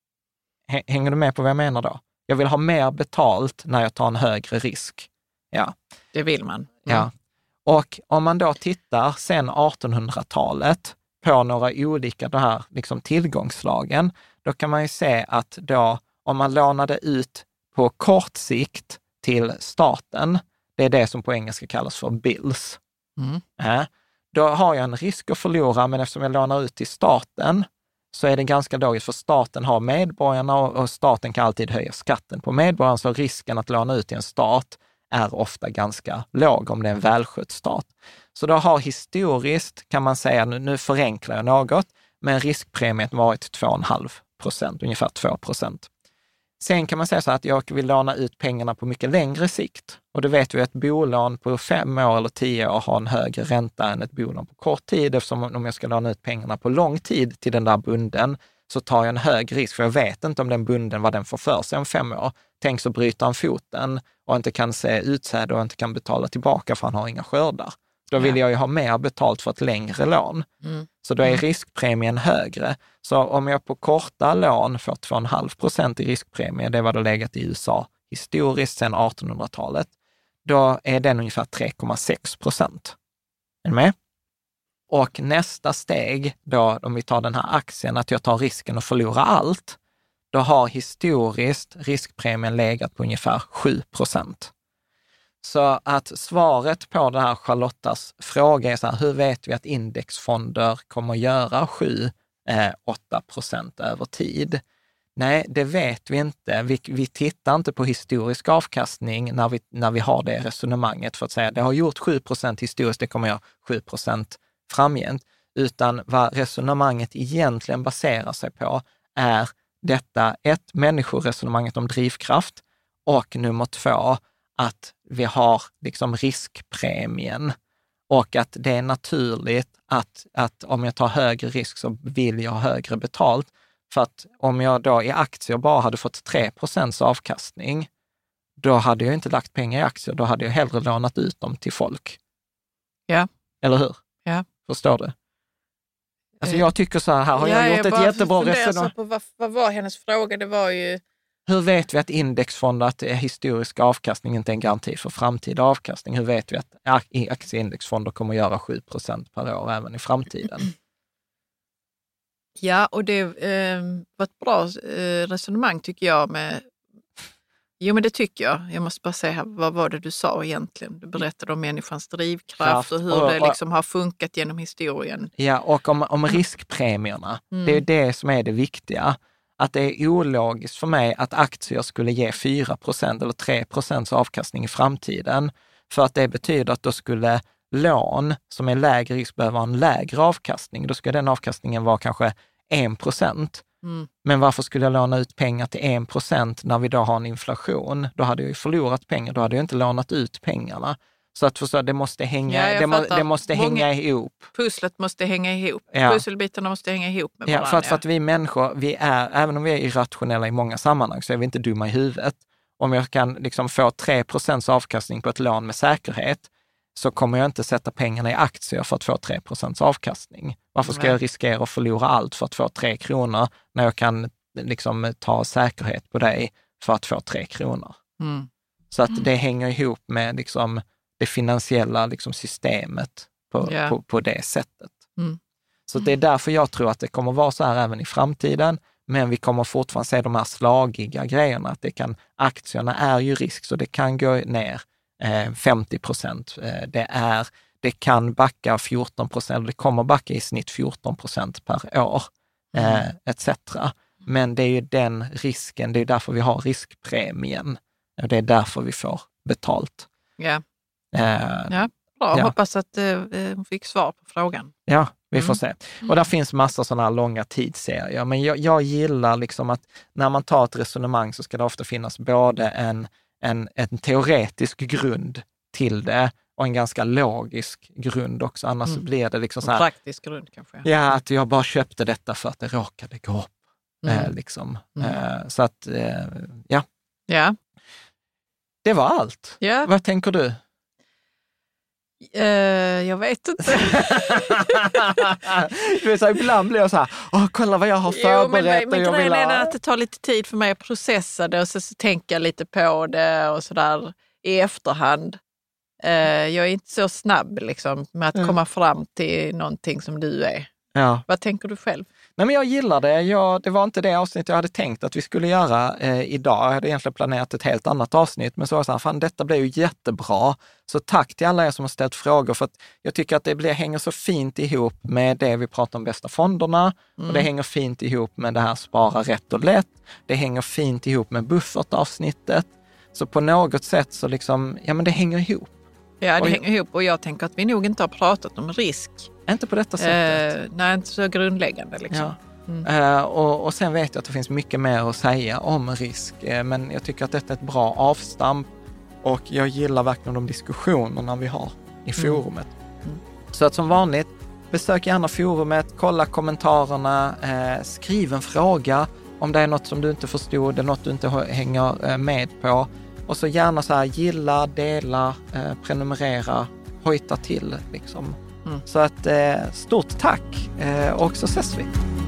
Hänger du med på vad jag menar då? Jag vill ha mer betalt när jag tar en högre risk. Ja. Det vill man. Mm. Ja. Och om man då tittar sen artonhundratalet på några olika de här liksom tillgångslagen, då kan man ju se att då om man lånade ut på kort sikt till staten, det är det som på engelska kallas för bills. Mm. Ja, då har jag en risk att förlora, men eftersom jag lånar ut till staten så är det ganska logiskt, för staten har medborgarna och staten kan alltid höja skatten på medborgarna, så risken att låna ut till en stat är ofta ganska låg om det är en välskött stat. Så då har historiskt, kan man säga, nu, nu förenklar jag något, men riskpremien varit två komma fem procent, ungefär två procent. Sen kan man säga så att jag vill låna ut pengarna på mycket längre sikt. Och det vet vi att ett bolån på fem år eller tio år har en högre ränta än ett bolån på kort tid. Eftersom om jag ska låna ut pengarna på lång tid till den där bunden så tar jag en hög risk. För jag vet inte om den bunden, vad den får för sig om fem år. Tänk så bryter han foten och inte kan se utsäde och inte kan betala tillbaka för han har inga skördar. Då vill jag ju ha mer betalt för ett längre lån. Mm. Så då är riskpremien högre. Så om jag på korta lån får två komma fem procent i riskpremie, det var då legat i U S A historiskt sedan artonhundratalet, då är den ungefär tre komma sex procent. Är ni med? Och nästa steg, då, om vi tar den här aktien, att jag tar risken att förlora allt, då har historiskt riskpremien legat på ungefär sju procent. Så att svaret på den här Charlottas fråga är så här, hur vet vi att indexfonder kommer att göra sju åtta procent över tid? Nej, det vet vi inte. Vi, vi tittar inte på historisk avkastning när vi, när vi har det resonemanget för att säga det har gjort sju procent historiskt, det kommer att göra sju procent framgent. Utan vad resonemanget egentligen baserar sig på är detta ett, människoresonemanget om drivkraft och nummer två, att vi har liksom riskpremien och att det är naturligt att, att om jag tar högre risk så vill jag ha högre betalt. För att om jag då i aktier bara hade fått tre procent avkastning, då hade jag inte lagt pengar i aktier, då hade jag hellre lånat ut dem till folk. Ja. Eller hur? Ja. Förstår du? Alltså jag tycker så här, här har ja, jag gjort jag ett jättebra resonemang. På vad, vad var hennes fråga? Det var ju... Hur vet vi att indexfonder, att historisk avkastning inte är en garanti för framtida avkastning? Hur vet vi att aktieindexfonder kommer att göra sju procent per år även i framtiden? Ja, och det eh, var ett bra eh, resonemang tycker jag med... Jo, men det tycker jag. Jag måste bara säga, vad var det du sa egentligen? Du berättade om människans drivkraft Kraft, och hur och, det liksom har funkat genom historien. Ja, och om, om riskpremierna. Mm. Det är det som är det viktiga. Att det är ologiskt för mig att aktier skulle ge fyra procent eller tre procent avkastning i framtiden. För att det betyder att då skulle lån som är lägre risk behöva en lägre avkastning. Då skulle den avkastningen vara kanske en procent. Mm. Men varför skulle jag låna ut pengar till en procent när vi då har en inflation? Då hade jag ju förlorat pengar, då hade jag inte lånat ut pengarna. Så att förstå, det måste hänga, ja, det, må, det måste hänga ihop. Pusslet måste hänga ihop. Ja. Pusselbitarna måste hänga ihop med varandra. Ja, för att, för att vi människor, vi är, även om vi är irrationella i många sammanhang så är vi inte dumma i huvudet. Om jag kan liksom få tre procent avkastning på ett lån med säkerhet så kommer jag inte sätta pengarna i aktier för att få tre procent avkastning. Varför ska Nej. jag riskera att förlora allt för att få tre kronor när jag kan liksom ta säkerhet på dig för att få tre kronor? Mm. Så att det hänger ihop med liksom det finansiella liksom systemet på, yeah. på, på det sättet. Mm. Så det är därför jag tror att det kommer vara så här även i framtiden, men vi kommer fortfarande se de här slagiga grejerna, att det kan, aktierna är ju risk så det kan gå ner eh, femtio procent. Eh, det, är, det kan backa fjorton procent, det kommer backa i snitt fjorton procent per år, eh, mm. et cetera. Men det är ju den risken, det är därför vi har riskpremien. Och det är därför vi får betalt. Ja. Uh, ja, bra. Ja. Hoppas att uh, hon fick svar på frågan. Ja, vi får mm. se. Och där finns massa sådana här långa tidsserier. Men jag, jag gillar liksom att när man tar ett resonemang så ska det ofta finnas både en, en, en teoretisk grund till det och en ganska logisk grund också. Annars mm. blir det liksom så här... En praktisk grund kanske. Ja, att jag bara köpte detta för att det råkade gå upp. Mm. Eh, liksom. mm. eh, så att, eh, ja. Ja. Det var allt. Ja. Vad tänker du? Uh, jag vet inte. Du vet, så ibland blir jag så här, åh, kolla vad jag har förberett. Jo, men, men grejen är att det tar lite tid för mig att processa det och så, så tänka lite på det och sådär i efterhand. Uh, jag är inte så snabb liksom, med att mm. komma fram till någonting som du är. Ja. Vad tänker du själv? Nej, men jag gillar det. Jag, det var inte det avsnitt jag hade tänkt att vi skulle göra eh, idag. Jag hade egentligen planerat ett helt annat avsnitt, men så var jag så här, fan, detta blev ju jättebra. Så tack till alla er som har ställt frågor, för att jag tycker att det blir, hänger så fint ihop med det vi pratar om bästa fonderna. Mm. Och det hänger fint ihop med det här spara rätt och lätt. Det hänger fint ihop med buffertavsnittet. Så på något sätt så liksom, ja men det hänger ihop. Ja, det och hänger ihop och jag tänker att vi nog inte har pratat om risk. Inte på detta sättet. Eh, nej, inte så grundläggande liksom. Ja. Mm. Eh, och, och sen vet jag att det finns mycket mer att säga om risk. Eh, men jag tycker att detta är ett bra avstamp. Och jag gillar verkligen de diskussionerna vi har i forumet. Mm. Mm. Så att som vanligt, besök gärna forumet, kolla kommentarerna, eh, skriv en fråga om det är något som du inte förstod eller något du inte hänger med på. Och så gärna så här, gilla, dela, eh, prenumerera, hojta till liksom. Mm. Så att eh, stort tack eh, och så ses vi.